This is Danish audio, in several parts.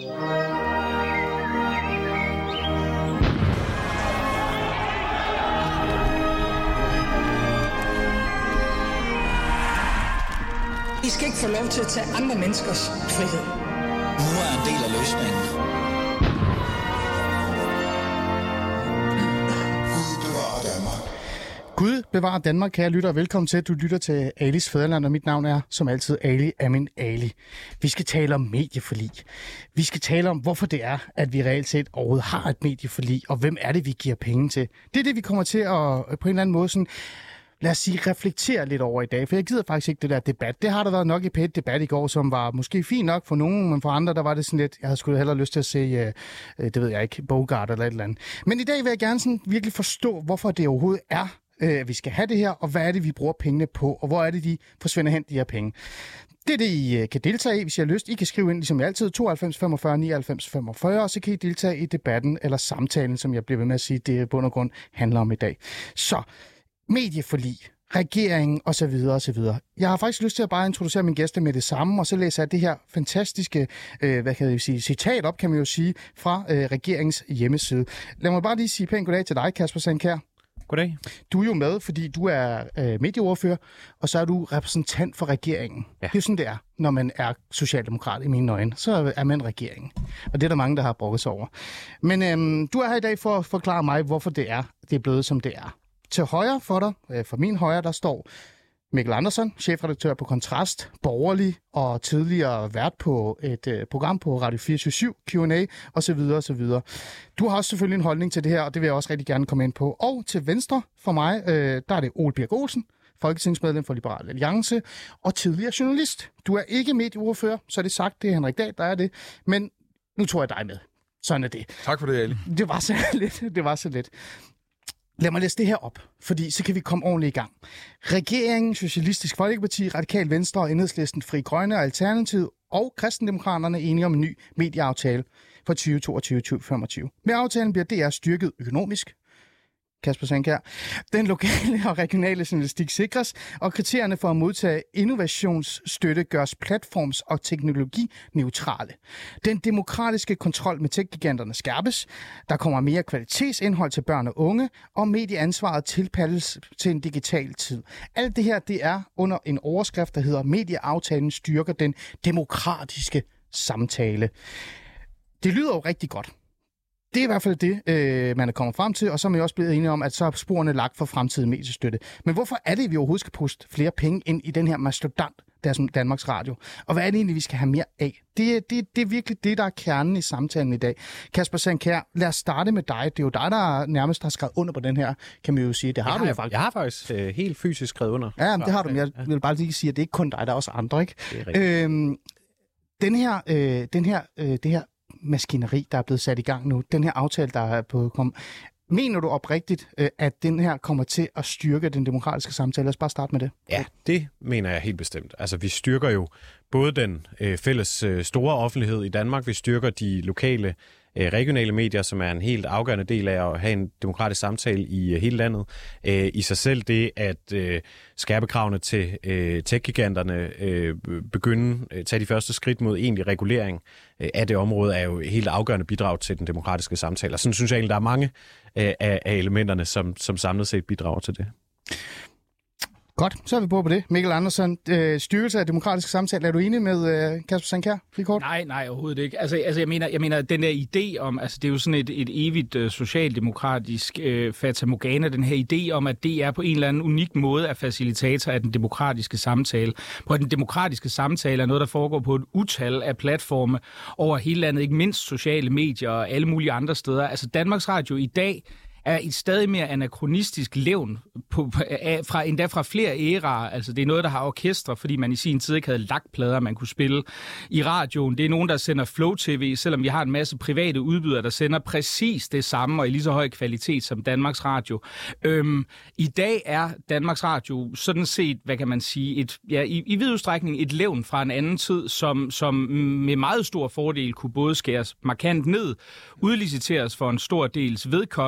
I skal ikke få lov til at tage andre menneskers frihed. Nu er en del af løsningen. Gud bevarer Danmark, kære lytter, og velkommen til. Du lytter til Alis Fædreland, og mit navn er, som altid, Ali Amin Ali. Vi skal tale om medieforlig. Vi skal tale om, hvorfor det er, at vi reelt set overhovedet har et medieforlig, og hvem er det, vi giver penge til. Det er det, vi kommer til at på en eller anden måde sådan, lad os sige, reflektere lidt over i dag, for jeg gider faktisk ikke det der debat. Det har der været nok i pæt debat i går, som var måske fint nok for nogen, men for andre, der var det sådan lidt, jeg havde sgu hellere lyst til at se, det ved jeg ikke, Bogart eller et eller andet. Men i dag vil jeg gerne sådan virkelig forstå, hvorfor det overhovedet er, at vi skal have det her, og hvad er det, vi bruger pengene på, og hvor er det, de forsvinder hen, de her penge. Det er det, I kan deltage i, hvis I har lyst. I kan skrive ind, ligesom jeg altid, 92 45 99 45, og så kan I deltage i debatten eller samtalen, som jeg bliver ved med at sige, det bund og grund handler om i dag. Så medieforlig, regeringen osv. osv. Jeg har faktisk lyst til at bare introducere mine gæster med det samme, og så læser jeg det her fantastiske citat op, kan man jo sige, fra regeringens hjemmeside. Lad mig bare lige sige pænt goddag til dig, Kasper Sandkjær. Goddag. Du er jo med, fordi du er medieordfører, og så er du repræsentant for regeringen. Ja. Det er sådan, det er, når man er socialdemokrat i mine øjne. Så er man regeringen. Og det er der mange, der har brokket sig over. Men du er her i dag for at forklare mig, hvorfor det er blevet, som det er. Til højre for dig, for min højre, der står Mikkel Andersen, chefredaktør på Kontrast, borgerlig og tidligere vært på et program på Radio 24/7, Q&A osv. osv. Du har også selvfølgelig en holdning til det her, og det vil jeg også rigtig gerne komme ind på. Og til venstre for mig, der er det Ole Birk Olsen, folketingsmedlem for Liberal Alliance og tidligere journalist. Du er ikke medieordfører, så er det sagt, det er Henrik Dahl, der er det. Men nu tror jeg dig med. Sådan er det. Tak for det, Ali. Det var så lidt. Lad mig læse det her op, fordi så kan vi komme ordentligt i gang. Regeringen, Socialistisk Folkeparti, Radikal Venstre og Enhedslisten, Fri Grønne og Alternativet og Kristendemokraterne er enige om en ny medieaftale for 2022-2025. Med aftalen bliver DR styrket økonomisk. Kasper Sandkjær. Den lokale og regionale journalistik sikres, og kriterierne for at modtage innovationsstøtte gøres platforms- og teknologineutrale. Den demokratiske kontrol med tech-giganterne skærpes. Der kommer mere kvalitetsindhold til børn og unge, og medieansvaret tilpasses til en digital tid. Alt det her, det er under en overskrift, der hedder Medieaftalen styrker den demokratiske samtale. Det lyder jo rigtig godt. Det er i hvert fald det, man er kommet frem til, og så er man jo også blevet enige om, at så er sporene lagt for fremtidig mediestøtte. Men hvorfor er det, at vi overhovedet skal puste flere penge ind i den her mastodont, der er som Danmarks Radio? Og hvad er det egentlig, vi skal have mere af? Det er virkelig det, der er kernen i samtalen i dag. Kasper Sandkjær, lad os starte med dig. Det er jo dig, der nærmest har skrevet under på den her, kan man jo sige. Det har du jo faktisk. Jeg har faktisk helt fysisk skrevet under. Ja, det har du. Jeg vil bare lige sige, at det er ikke kun dig, der er også andre, ikke? Det her maskineri, der er blevet sat i gang nu, den her aftale, der er på kom. Mener du oprigtigt, at den her kommer til at styrke den demokratiske samtale? Lad os bare starte med det. Ja, det mener jeg helt bestemt. Altså, vi styrker jo både den fælles store offentlighed i Danmark, vi styrker de lokale regionale medier, som er en helt afgørende del af at have en demokratisk samtale i hele landet. I sig selv det at skærpe kravene til tech-giganterne, tage de første skridt mod egentlig regulering af det område, er jo helt afgørende bidrag til den demokratiske samtale. Og sådan synes jeg egentlig, der er mange af elementerne, som samlet set bidrager til det. Godt, så er vi på det. Mikkel Andersen, styrkelse af demokratiske samtale. Er du enig med Kasper Sandkjær? Nej, overhovedet ikke. Altså jeg mener, den der idé om, altså det er jo sådan et evigt socialdemokratisk fatamorgana, den her idé om, at det er på en eller anden unik måde af facilitator af den demokratiske samtale. På den demokratiske samtale er noget, der foregår på et utal af platforme over hele landet, ikke mindst sociale medier og alle mulige andre steder. Altså Danmarks Radio i dag er et stadig mere anakronistisk levn fra flere æraer. Altså det er noget, der har orkestre, fordi man i sin tid ikke havde lakplader, man kunne spille i radioen. Det er nogen, der sender Flow TV, selvom vi har en masse private udbydere, der sender præcis det samme og i lige så høj kvalitet som Danmarks Radio. I dag er Danmarks Radio sådan set, hvad kan man sige, i vid udstrækning et levn fra en anden tid, som med meget stor fordel kunne både skæres markant ned, udliciteres for en stor dels vedkommende og også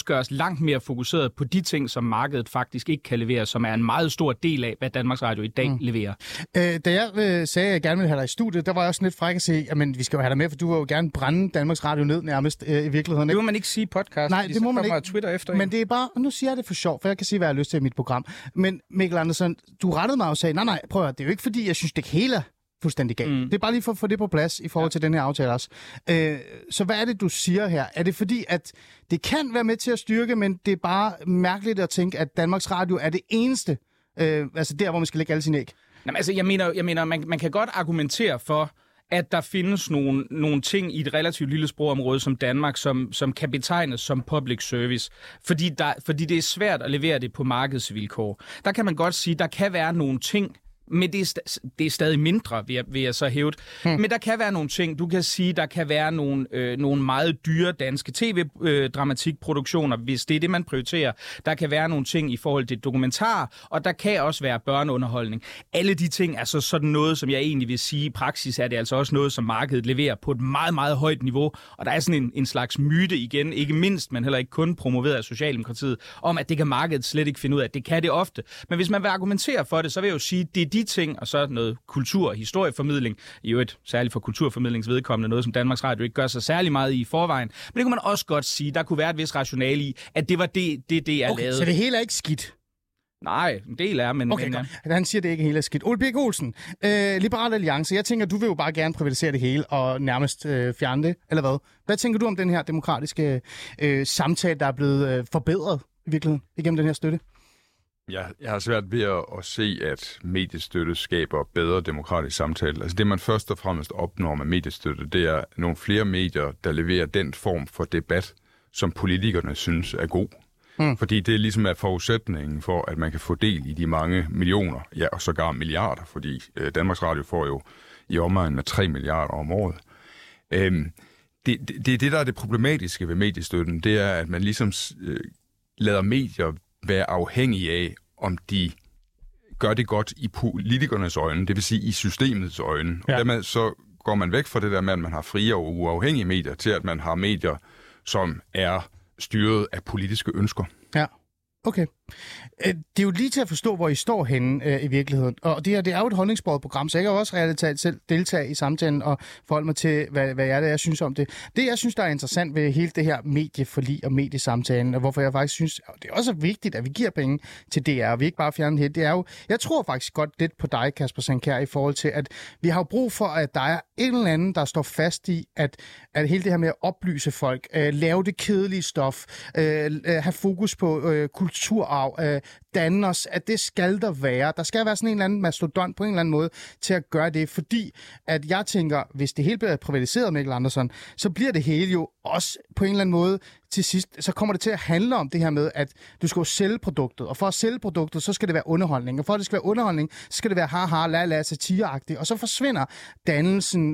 gøres langt mere fokuseret på de ting, som markedet faktisk ikke kan levere, som er en meget stor del af, hvad Danmarks Radio i dag leverer. Da jeg sagde, at jeg gerne ville have dig i studiet, der var jeg også lidt fræk at sige, jamen vi skal jo have dig med, for du vil jo gerne brænde Danmarks Radio ned nærmest i virkeligheden. Det må man ikke sige podcast. Nej, det må man ikke. Twitter efter men det er bare, nu siger jeg det for sjov, for jeg kan sige, hvad jeg har lyst til i mit program. Men Mikkel Andersen, du rettede mig og sagde, nej, prøv at det er jo ikke fordi, jeg synes, det hele er fuldstændig galt. Det er bare lige for at få det på plads i forhold til den her aftale også. Så hvad er det, du siger her? Er det fordi, at det kan være med til at styrke, men det er bare mærkeligt at tænke, at Danmarks Radio er det eneste, altså der, hvor man skal lægge alle sine æg? Jamen, altså, jeg mener man kan godt argumentere for, at der findes nogle ting i et relativt lille sprogområde som Danmark, som kan betegnes som public service, fordi det er svært at levere det på markedsvilkår. Der kan man godt sige, der kan være nogle ting, men det er stadig mindre, vil jeg så hævde. Men der kan være nogle ting, du kan sige, der kan være nogle meget dyre danske tv-dramatikproduktioner, hvis det er det, man prioriterer. Der kan være nogle ting i forhold til dokumentar, og der kan også være børneunderholdning. Alle de ting er så sådan noget, som jeg egentlig vil sige, i praksis er det altså også noget, som markedet leverer på et meget, meget højt niveau, og der er sådan en slags myte igen, ikke mindst, men heller ikke kun promoveret af Socialdemokratiet, om at det kan markedet slet ikke finde ud af. Det kan det ofte. Men hvis man vil argumentere for det, så vil jeg jo sige, det er de ting, og så noget kultur- og historieformidling, i øvrigt særligt for kulturformidlingsvedkommende, noget som Danmarks Radio ikke gør sig særlig meget i forvejen. Men det kunne man også godt sige, der kunne være et vis rationale i, at det var det er okay, lavet. Så det hele er ikke skidt? Nej, en del er, men... Okay, han siger, det ikke hele er skidt. Ole Birk Olsen, Liberal Alliance, jeg tænker, du vil jo bare gerne privatisere det hele og nærmest fjerne det, eller hvad? Hvad tænker du om den her demokratiske samtale, der er blevet forbedret i virkeligheden igennem den her støtte? Jeg har svært ved at se, at mediestøtte skaber bedre demokratisk samtale. Altså det, man først og fremmest opnår med mediestøtte, det er nogle flere medier, der leverer den form for debat, som politikerne synes er god. Fordi det ligesom er forudsætningen for, at man kan få del i de mange millioner, ja, og sågar milliarder, fordi Danmarks Radio får jo i omegnen af 3 milliarder om året. Det, der er det problematiske ved mediestøtten, det er, at man ligesom lader medier være afhængige af, om de gør det godt i politikernes øjne, det vil sige i systemets øjne. Ja. Og dermed så går man væk fra det der med, at man har frie og uafhængige medier, til at man har medier, som er styret af politiske ønsker. Ja, okay. Det er jo lige til at forstå, hvor I står henne i virkeligheden. Og det er jo et holdningsbordet program, så jeg kan også reelt talt selv deltage i samtalen og forholde mig til, hvad jeg synes om det. Det, jeg synes, der er interessant ved hele det her medieforlig og mediesamtalen, og hvorfor jeg faktisk synes, og det er også vigtigt, at vi giver penge til DR, og vi ikke bare fjerner det, det er jo, jeg tror faktisk godt lidt på dig, Kasper Sandkjær, i forhold til, at vi har brug for, at der er en eller anden, der står fast i, at hele det her med at oplyse folk, lave det kedelige stof, have fokus på kulturarv, danne os, at det skal der være. Der skal være sådan en eller anden mastodont på en eller anden måde til at gøre det, fordi at jeg tænker, hvis det hele bliver privatiseret, Mikkel Andersen, så bliver det hele jo også på en eller anden måde til sidst, så kommer det til at handle om det her med, at du skal jo sælge produktet, og for at sælge produktet, så skal det være underholdning, og for at det skal være underholdning, så skal det være haha, la, satireagtigt, og så forsvinder dannelsen,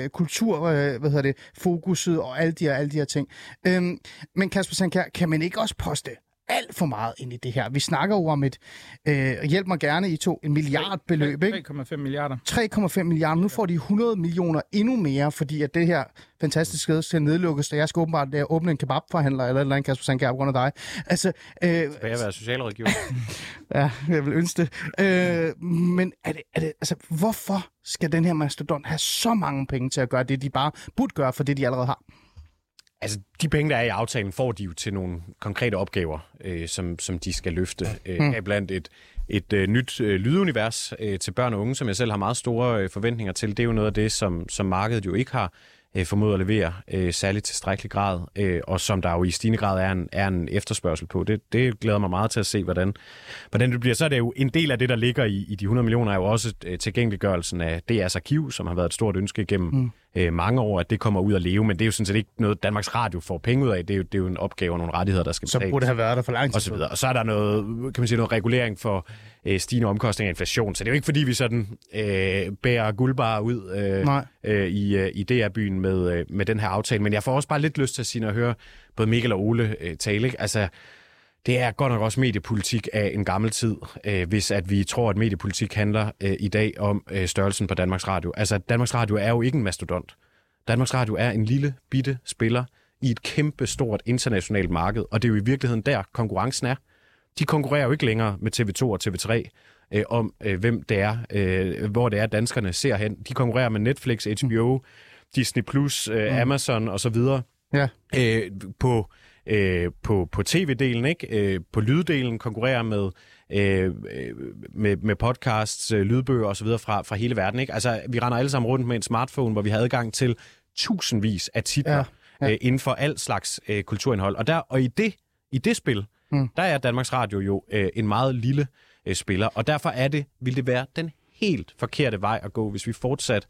kultur, fokuset og alle de her ting. Men Kasper Sandkjær, kan man ikke også poste alt for meget ind i det her? Vi snakker jo om et, hjælp mig gerne I to, en milliardbeløb, ikke? 3,5 milliarder. 3,5 milliarder. Nu får de 100 millioner endnu mere, fordi at det her fantastiske sted skal nedlukkes, og jeg skal åbenbart åbne en kebabforhandler eller andet, Kasper Sandkjær, på grund af dig. Altså, skal jeg være socialrådgiver? Ja, jeg vil ønske det. Men er det, altså, hvorfor skal den her mastodont have så mange penge til at gøre det, de bare burde gøre for det, de allerede har? Altså, de penge, der er i aftalen, får de jo til nogle konkrete opgaver, som de skal løfte. Blandt et nyt lydunivers til børn og unge, som jeg selv har meget store forventninger til. Det er jo noget af det, som markedet jo ikke har formået at levere særligt tilstrækkelig grad, og som der jo i stigende grad er en efterspørgsel på. Det glæder mig meget til at se, hvordan det bliver. Så er det jo en del af det, der ligger i de 100 millioner, er jo også tilgængeliggørelsen af DR's arkiv, som har været et stort ønske gennem mange år, at det kommer ud at leve, men det er jo sådan set ikke noget, Danmarks Radio får penge ud af. Det er jo en opgave og nogle rettigheder, der skal betales. Så burde have været der for lang tid. Og så videre. Og så er der noget, kan man sige, noget regulering for stigende omkostninger af inflation. Så det er jo ikke, fordi vi sådan bærer guldbarer ud i DR-byen med den her aftale. Men jeg får også bare lidt lyst til at sige, når jeg hører både Mikkel og Ole tale, ikke? Altså, det er godt nok også mediepolitik af en gammel tid, hvis at vi tror, at mediepolitik handler i dag om størrelsen på Danmarks Radio. Altså, Danmarks Radio er jo ikke en mastodont. Danmarks Radio er en lille, bitte spiller i et kæmpe stort internationalt marked, og det er jo i virkeligheden der, konkurrencen er. De konkurrerer jo ikke længere med TV2 og TV3 om, hvem det er, hvor det er, danskerne ser hen. De konkurrerer med Netflix, HBO, Disney+, Amazon og så videre. Ja. På tv-delen, ikke? På lyddelen konkurrerer med podcasts, lydbøger og så videre fra hele verden, ikke? Altså, vi render alle sammen rundt med en smartphone, hvor vi har adgang til tusindvis af titler inden for alt slags kulturindhold. Og i det spil, der er Danmarks Radio jo en meget lille spiller, og derfor vil det være den helt forkerte vej at gå, hvis vi fortsat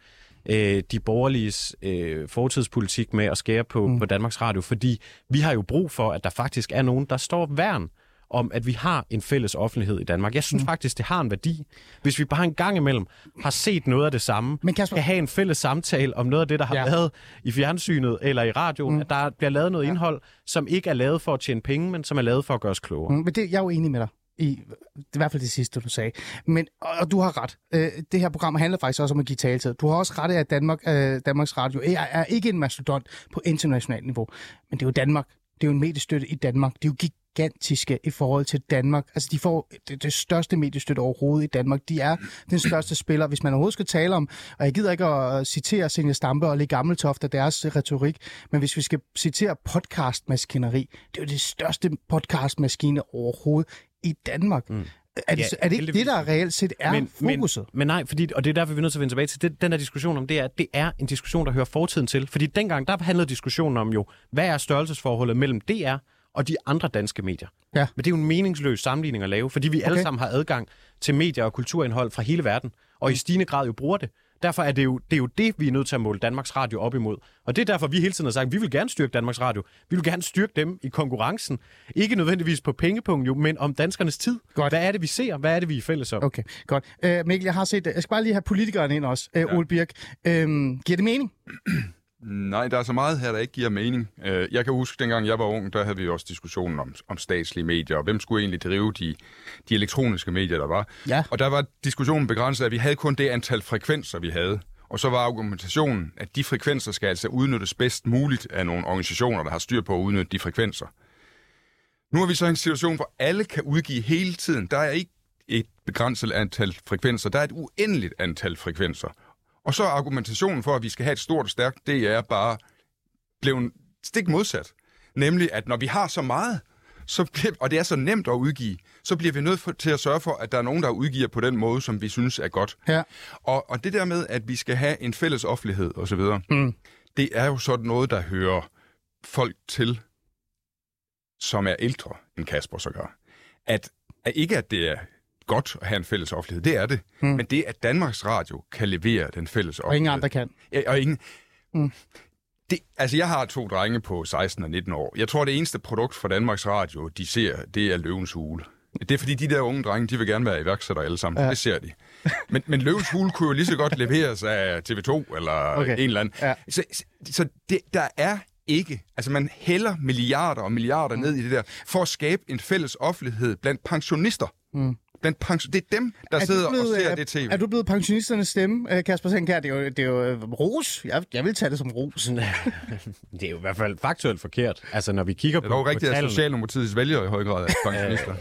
de borgerliges fortidspolitik med at skære på Danmarks Radio, fordi vi har jo brug for, at der faktisk er nogen, der står værn om, at vi har en fælles offentlighed i Danmark. Jeg synes faktisk, det har en værdi, hvis vi bare en gang imellem har set noget af det samme, men Kasper, kan have en fælles samtale om noget af det, der har været i fjernsynet eller i radioen, at der bliver lavet noget indhold, som ikke er lavet for at tjene penge, men som er lavet for at gøre os klogere. Men det, jeg er jo enig med dig. I hvert fald det sidste, du sagde. Og du har ret. Det her program handler faktisk også om at give taletid. Du har også ret i, at Danmarks Radio er ikke en mastodont på internationalt niveau. Men det er jo Danmark. Det er jo en mediestøtte i Danmark. Det er jo gigantiske i forhold til Danmark. Altså, de får det største mediestøtte overhovedet i Danmark. De er den største spiller, hvis man overhovedet skal tale om, og jeg gider ikke at citere Zenia Stampe og Le Gammeltoft og deres retorik, men hvis vi skal citere podcastmaskineri, det er jo det største podcastmaskine overhovedet i Danmark. Er det ikke det, der reelt set er fokuset? Men nej, og det er derfor, vi er nødt til at vende tilbage til den her diskussion om, det er en diskussion, der hører fortiden til. Fordi dengang, der handlede diskussionen om jo, hvad er størrelsesforholdet mellem DR og de andre danske medier. Ja. Men det er jo en meningsløs sammenligning at lave, fordi vi alle sammen har adgang til medier og kulturindhold fra hele verden, og i stigende grad jo bruger det. Derfor er det jo det, vi er nødt til at måle Danmarks Radio op imod. Og det er derfor, vi hele tiden har sagt, at vi vil gerne styrke Danmarks Radio. Vi vil gerne styrke dem i konkurrencen. Ikke nødvendigvis på pengepunkt, jo, men om danskernes tid. Godt. Hvad er det, vi ser? Hvad er det, vi er fælles om? Okay, godt. Mikkel, jeg skal bare lige have politikeren ind også. Ole Birk, giver det mening? Nej, der er så meget her, der ikke giver mening. Jeg kan huske, dengang jeg var ung, der havde vi også diskussionen om statslige medier, og hvem skulle egentlig drive de elektroniske medier, der var. Ja. Og der var diskussionen begrænset, at vi havde kun det antal frekvenser, vi havde. Og så var argumentationen, at de frekvenser skal altså udnyttes bedst muligt af nogle organisationer, der har styr på at udnytte de frekvenser. Nu er vi så i en situation, hvor alle kan udgive hele tiden. Der er ikke et begrænset antal frekvenser, der er et uendeligt antal frekvenser. Og så er argumentationen for, at vi skal have et stort og stærkt DR bare blevet stik modsat. Nemlig, at når vi har så meget, og det er så nemt at udgive, så bliver vi nødt til at sørge for, at der er nogen, der udgiver på den måde, som vi synes er godt. Ja. Og det der med, at vi skal have en fælles offentlighed osv., det er jo sådan noget, der hører folk til, som er ældre end Kasper så gør. At ikke at det er godt at have en fælles offentlighed, det er det. Men det, at Danmarks Radio kan levere den fælles offentlighed. Og ingen andre kan. Ja, og ingen... jeg har 2 drenge på 16 og 19 år. Jeg tror, det eneste produkt for Danmarks Radio, de ser, det er Løvens Hule. Det er fordi, de der unge drenge, de vil gerne være iværksættere alle sammen. Ja. Det ser de. Men Løvens Hule kunne jo lige så godt leveres af TV2 eller en eller anden. Ja. Så der er ikke. Altså, man hælder milliarder og milliarder ned i det der, for at skabe en fælles offentlighed blandt pensionister. Det er dem, der sidder og ser det tv. Er du blevet pensionisternes stemme, Kasper Sandkjær? Det er jo ros. Jeg vil tage det som ros. Det er jo i hvert fald faktuelt forkert. Altså, når vi kigger på... Det er jo rigtigt, at Socialdemokratiets vælgere i høj grad er pensionister.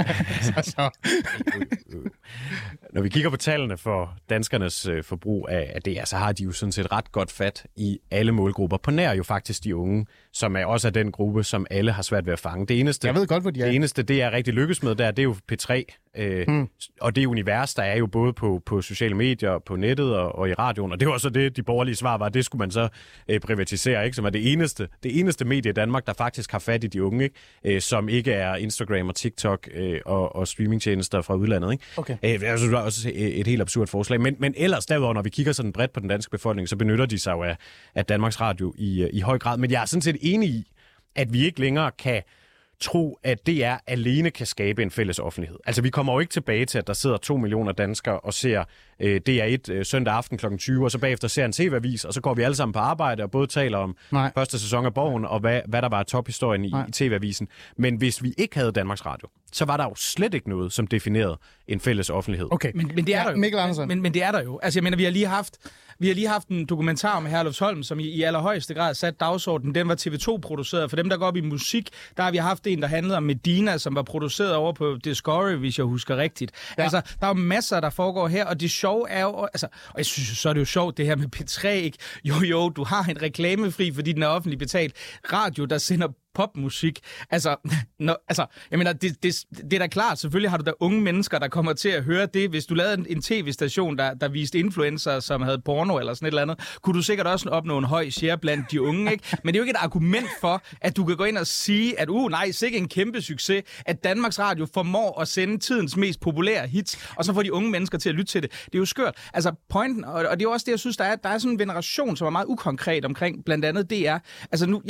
Når vi kigger på tallene for danskernes forbrug af det, så har de jo sådan set ret godt fat i alle målgrupper. På nær jo faktisk de unge, som er også af den gruppe, som alle har svært ved at fange. Det eneste, jeg ved godt, hvor de er. Det eneste, det er rigtig lykkes med, det er jo P3. Og det univers, der er jo både på sociale medier, på nettet og i radioen, og det var så det, de borgerlige svar var, det skulle man så privatisere, ikke? Som er det eneste medie i Danmark, der faktisk har fat i de unge, ikke? Som ikke er Instagram og TikTok og streamingtjenester fra udlandet. Ikke? Okay. Det er altså også et helt absurd forslag. Men ellers derudover, når vi kigger sådan bredt på den danske befolkning, så benytter de sig jo af Danmarks Radio i høj grad. Men jeg er sådan set enig i, at vi ikke længere kan tro, at DR alene kan skabe en fælles offentlighed. Altså, vi kommer jo ikke tilbage til, at der sidder 2 millioner danskere og ser DR1 søndag aften kl. 20, og så bagefter ser en TV-avis, og så går vi alle sammen på arbejde og både taler om første sæson af Borgen, og hvad der var tophistorien i TV-avisen. Men hvis vi ikke havde Danmarks Radio, så var der jo slet ikke noget, som definerede en fælles offentlighed. Okay, men det er der jo. Mikkel Andersen. Men det er der jo. Altså, jeg mener, vi har lige haft... Vi har lige haft en dokumentar om Herlufsholm, som i allerhøjeste grad sat dagsordenen. Den var TV2 produceret. For dem, der går op i musik, der har vi haft en, der handlede om Medina, som var produceret over på Discovery, hvis jeg husker rigtigt. Ja. Altså, der er masser, der foregår her, og det sjove er jo... Altså, og jeg synes, så er det jo sjovt, det her med P3, ikke? Jo, du har en reklamefri, fordi den er offentligt betalt. Radio, der sender popmusik. Altså, jeg mener, det er da klart. Selvfølgelig har du da unge mennesker, der kommer til at høre det. Hvis du lavede en tv-station, der viste influencer, som havde porno eller sådan et eller andet, kunne du sikkert også opnå en høj share blandt de unge, ikke? Men det er jo ikke et argument for, at du kan gå ind og sige, at nej, sikkert en kæmpe succes, at Danmarks Radio formår at sende tidens mest populære hits, og så får de unge mennesker til at lytte til det. Det er jo skørt. Altså, pointen, og det er jo også det, jeg synes, der er sådan en veneration, som er meget ukonkret omkring, blandt andet DR. Altså nu,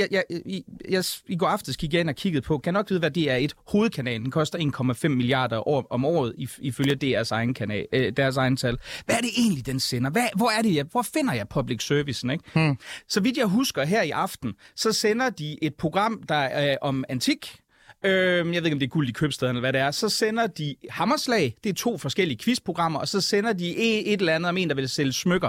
i går aftes gik jeg ind og kiggede på, kan nok vide, hvad DR1 hovedkanalen koster 1,5 milliarder om året, ifølge deres egen kanal, deres egen tal. Hvad er det egentlig, den sender? Hvor finder jeg public servicen, ikke? Så vidt jeg husker her i aften, så sender de et program, der er om antik. Jeg ved ikke, om det er Guld i købstaden eller hvad det er. Så sender de Hammerslag. Det er 2 forskellige quizprogrammer. Og så sender de et eller andet om en, der vil sælge smykker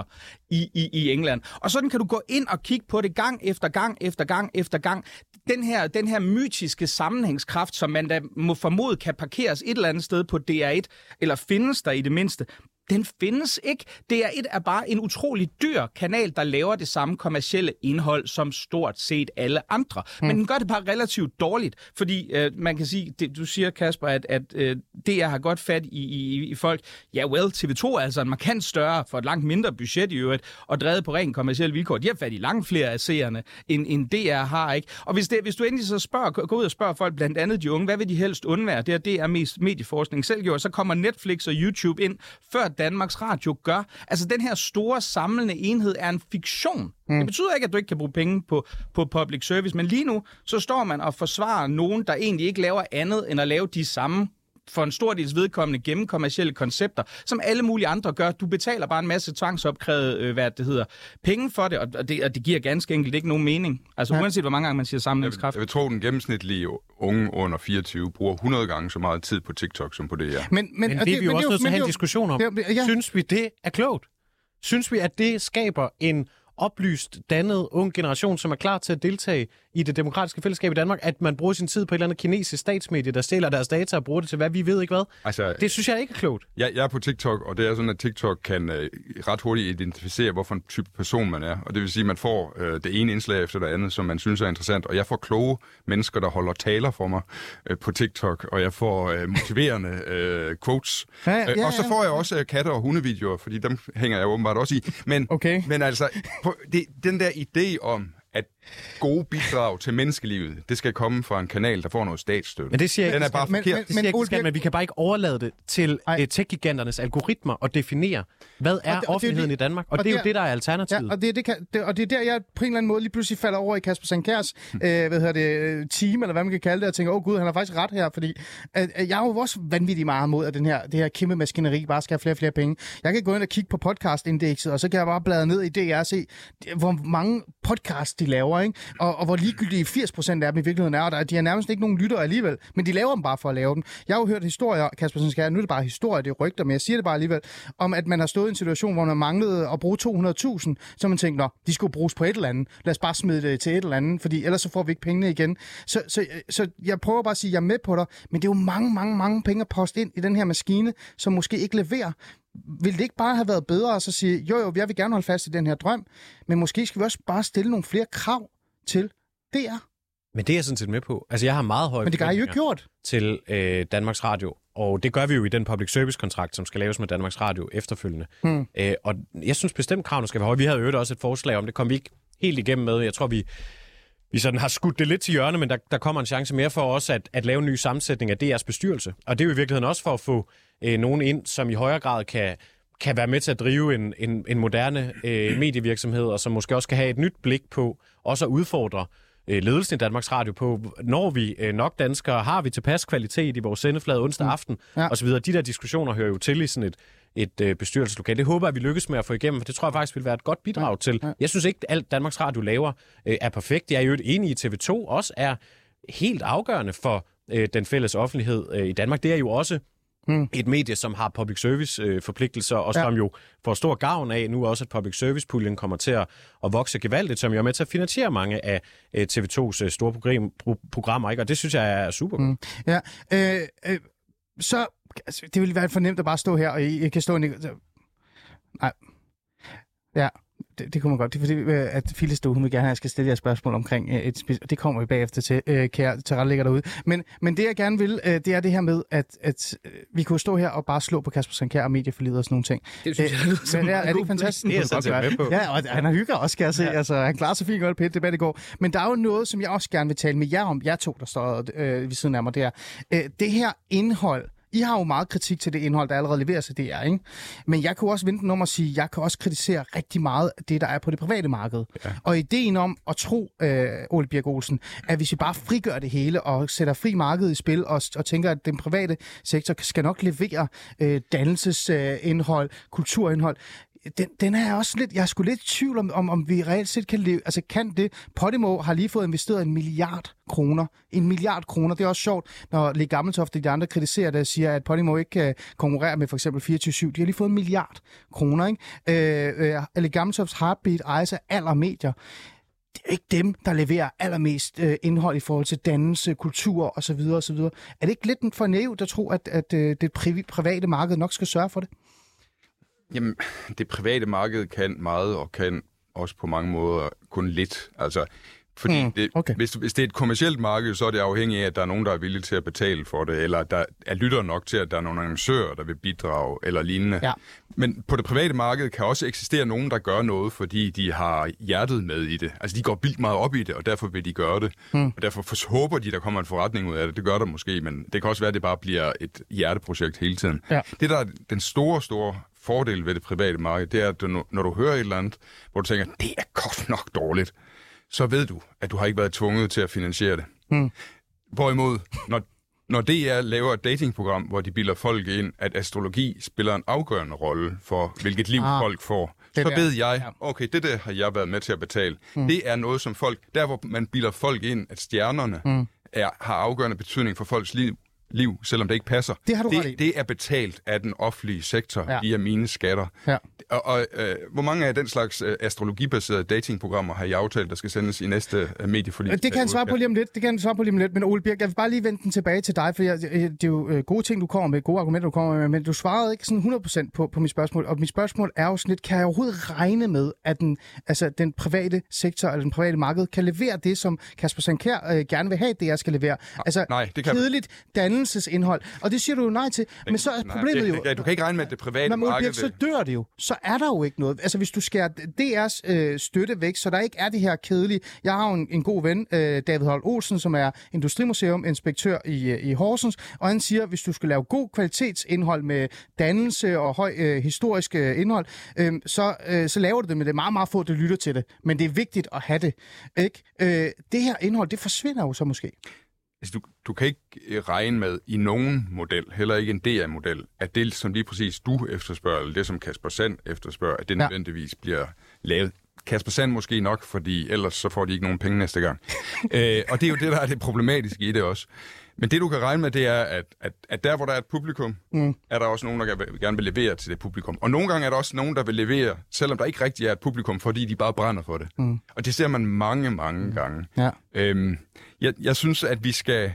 i England. Og sådan kan du gå ind og kigge på det gang efter gang efter gang efter gang. Den her mytiske sammenhængskraft, som man da må formode kan parkeres et eller andet sted på DR1, eller findes der i det mindste, den findes ikke. DR1 er bare en utrolig dyr kanal, der laver det samme kommercielle indhold som stort set alle andre. Men den gør det bare relativt dårligt, fordi man kan sige, du siger, Kasper, at DR har godt fat i folk. Ja, TV2 er altså en markant større for et langt mindre budget i øvrigt, og drevet på rent kommercielle vilkår. De har fat i langt flere af seerne, end DR har, ikke? Og hvis du endelig så går ud og spørger folk, blandt andet de unge, hvad vil de helst undvære? Det er mest medieforskning selv gjort. Så kommer Netflix og YouTube ind, før Danmarks Radio gør. Altså, den her store samlende enhed er en fiktion. Det betyder ikke, at du ikke kan bruge penge på public service, men lige nu, så står man og forsvarer nogen, der egentlig ikke laver andet, end at lave de samme for en stor dels vedkommende gennemkommercielle koncepter, som alle mulige andre gør. Du betaler bare en masse tvangsopkrævet, penge for det, og det giver ganske enkelt ikke nogen mening. Altså uanset hvor mange gange man siger sammenhængskraft. Jeg vil tro, den gennemsnitlige unge under 24 bruger 100 gange så meget tid på TikTok som på det her. Men det er vi jo også nødt til at have en diskussion om. Synes vi, det er klogt? Synes vi, at det skaber en oplyst, dannet, ung generation, som er klar til at deltage i det demokratiske fællesskab i Danmark, at man bruger sin tid på et eller andet kinesisk statsmedie, der stjæler deres data og bruger det til, hvad vi ved ikke hvad. Altså, det synes jeg ikke er klogt. Jeg er på TikTok, og det er sådan, at TikTok kan ret hurtigt identificere, hvorfor en type person man er. Og det vil sige, at man får det ene indslag efter det andet, som man synes er interessant. Og jeg får kloge mennesker, der holder taler for mig på TikTok, og jeg får motiverende quotes. Og så får jeg også katte- og hundevideoer, fordi dem hænger jeg åbenbart også i. Men altså, den der idé om, at gode bidrag til menneskelivet, det skal komme fra en kanal, der får noget statsstøtte. Men det siger jeg ikke, men vi kan bare ikke overlade det til tech-giganternes algoritmer og definere, hvad er offentligheden i Danmark, og det er jo det, der er alternativet. Ja, og det er der, jeg på en eller anden måde lige pludselig falder over i Kasper Sankjærs team, eller hvad man kan kalde det, og tænker, gud, han har faktisk ret her, fordi jeg er jo også vanvittigt meget mod, at det her kæmpe maskineri bare skal have flere penge. Jeg kan gå ind og kigge på podcastindekset, og så kan jeg bare bladre ned i DR og se, hvor mange podcasts de laver, ikke? Og hvor ligegyldige 80% af dem i virkeligheden er, og de har nærmest ikke nogen lyttere alligevel, men de laver dem bare for at lave dem. Jeg har jo hørt historier, Kasper Sankjær, nu er det bare historie, det er rygter, men jeg siger det bare alligevel, om at man har stået i en situation, hvor man manglede at bruge 200.000, så man tænkte, de skulle bruges på et eller andet. Lad os bare smide det til et eller andet, fordi ellers så får vi ikke pengene igen. Så jeg prøver bare at sige, at jeg er med på dig, men det er jo mange penge at poste ind i den her maskine, som måske ikke leverer. Vil det ikke bare have været bedre at så sige, jo, jeg vil gerne holde fast i den her drøm, men måske skal vi også bare stille nogle flere krav til DR? Men det er jeg sådan set med på. Altså, jeg har meget høje forventninger til Danmarks Radio, og det gør vi jo i den public service-kontrakt, som skal laves med Danmarks Radio efterfølgende. Og jeg synes bestemt, kravene skal være høje. Vi havde jo også et forslag om, det kom vi ikke helt igennem med. Jeg tror, vi sådan har skudt det lidt til hjørne, men der kommer en chance mere for os at lave en ny sammensætning af DR's bestyrelse. Og det er jo i virkeligheden også for at få nogen ind, som i højere grad kan være med til at drive en moderne medievirksomhed, og som måske også kan have et nyt blik på, også at udfordre ledelsen i Danmarks Radio på, når vi nok danskere, har vi tilpas kvalitet i vores sendeflade onsdag aften, osv. De der diskussioner hører jo til i sådan et bestyrelseslokale. Det håber jeg, vi lykkes med at få igennem, for det tror jeg faktisk vil være et godt bidrag til. Jeg synes ikke, at alt Danmarks Radio laver er perfekt. Jeg er jo enig i, at TV2 også er helt afgørende for den fælles offentlighed i Danmark. Det er jo også et medie, som har public service forpligtelser, og som jo får stor gavn af nu også, at public service-puljen kommer til at vokse gevaldigt, som jo er med til at finansiere mange af TV2's store programmer, ikke? Og det synes jeg er super godt. Ja, så altså, det ville være for nemt at bare stå her, og I kan stå... Nej. Ja. Det kunne man godt. Det er fordi, at Phyllis, hun vil gerne have, at jeg skal stille jer spørgsmål omkring det kommer vi bagefter til, kære tilrettelægger derude. Men det, jeg gerne vil, det er det her med, at vi kunne stå her og bare slå på Kasper Sand Kjær og medieforliget og sådan nogle ting. Det synes jeg lyder som er det ikke fantastisk? Det er sådan set med på. Ja, og han har hygget også, skal jeg se. Altså, han klarer sig fint godt på et debat i går. Men der er jo noget, som jeg også gerne vil tale med jer om. Jer to, der står ved siden af mig, det er det her indhold. I har jo meget kritik til det indhold, der allerede leveres af DR, ikke? Men jeg kunne også vente den om at sige, at jeg kan også kritisere rigtig meget af det, der er på det private marked. Ja. Og ideen om at tro, Ole Birk Olsen, at hvis vi bare frigør det hele og sætter fri marked i spil og tænker, at den private sektor skal nok levere dannelsesindhold, kulturindhold, den er også lidt, jeg er sgu lidt i tvivl om vi reelt set kan leve, altså kan det. Podimo har lige fået investeret 1 milliard kroner. 1 milliard kroner. Det er også sjovt, når Le Gammeltoft og de andre kritiserer det og siger, at Podimo ikke kan konkurrere med for eksempel 24/7. De har lige fået 1 milliard kroner, ikke? Le Gammeltofts Heartbeat ejes af Aller Medier. Det er ikke dem, der leverer allermest indhold i forhold til dannelse, kultur osv. osv. Er det ikke lidt for naivt at tro, at det private marked nok skal sørge for det? Jamen, det private marked kan meget, og kan også på mange måder kun lidt. Altså, fordi hvis det er et kommercielt marked, så er det afhængigt af, at der er nogen, der er villige til at betale for det, eller der er lytter nok til, at der er nogle annoncører, der vil bidrage, eller lignende. Ja. Men på det private marked kan også eksistere nogen, der gør noget, fordi de har hjertet med i det. Altså, de går vildt meget op i det, og derfor vil de gøre det. Og derfor håber de, der kommer en forretning ud af det. Det gør der måske, men det kan også være, at det bare bliver et hjerteprojekt hele tiden. Ja. Det, der er den store fordel ved det private marked, det er, at når du hører et eller andet, hvor du tænker, det er godt nok dårligt, så ved du, at du har ikke været tvunget til at finansiere det. Hvorimod, når DR laver et datingprogram, hvor de bilder folk ind, at astrologi spiller en afgørende rolle for, hvilket liv folk får, så ved jeg, okay, det der har jeg været med til at betale. Det er noget, som folk, der hvor man bilder folk ind, at stjernerne har afgørende betydning for folks liv, selvom det ikke passer. Det har du ret i. Det er betalt af den offentlige sektor via mine skatter. Ja. Og hvor mange af den slags astrologibaserede datingprogrammer har I aftalt, der skal sendes i næste medieforlig? Det kan han svare på lige om lidt. Men Ole Birk, jeg vil bare lige vende den tilbage til dig, for det er jo gode ting, du kommer med, gode argumenter, du kommer med, men du svarede ikke sådan 100% på mit spørgsmål. Og mit spørgsmål er jo sådan lidt, kan jeg overhovedet regne med, at den private sektor eller den private marked kan levere det, som Kasper Sand Kjær gerne vil have, det jeg skal levere? Altså, nej, det kan kedeligt dannelsesindhold. Og det siger du jo nej til. Men så er problemet jo... Du kan ikke regne med, at det private marked... Så dør det jo. Så er der jo ikke noget. Altså, hvis du skærer DR's støtte væk, så der ikke er det her kedelige... Jeg har jo en god ven, David Holt Olsen, som er Industrimuseum inspektør i Horsens, og han siger, hvis du skal lave god kvalitetsindhold med dannelse og høj historisk indhold, så laver du det, men det er meget, meget få, der lytter til det. Men det er vigtigt at have det. Ikke? Det her indhold, det forsvinder jo så måske. Altså, du kan ikke regne med i nogen model, heller ikke en DR-model, at det, som lige præcis du efterspørger, eller det, som Kasper Sand efterspørger, at det nødvendigvis bliver lavet. Kasper Sand måske nok, fordi ellers så får de ikke nogen penge næste gang. Og det er jo det, der er det problematiske i det også. Men det, du kan regne med, det er, at der, hvor der er et publikum, er der også nogen, der gerne vil levere til det publikum. Og nogle gange er der også nogen, der vil levere, selvom der ikke rigtig er et publikum, fordi de bare brænder for det. Og det ser man mange gange. Ja. Jeg synes, at vi skal,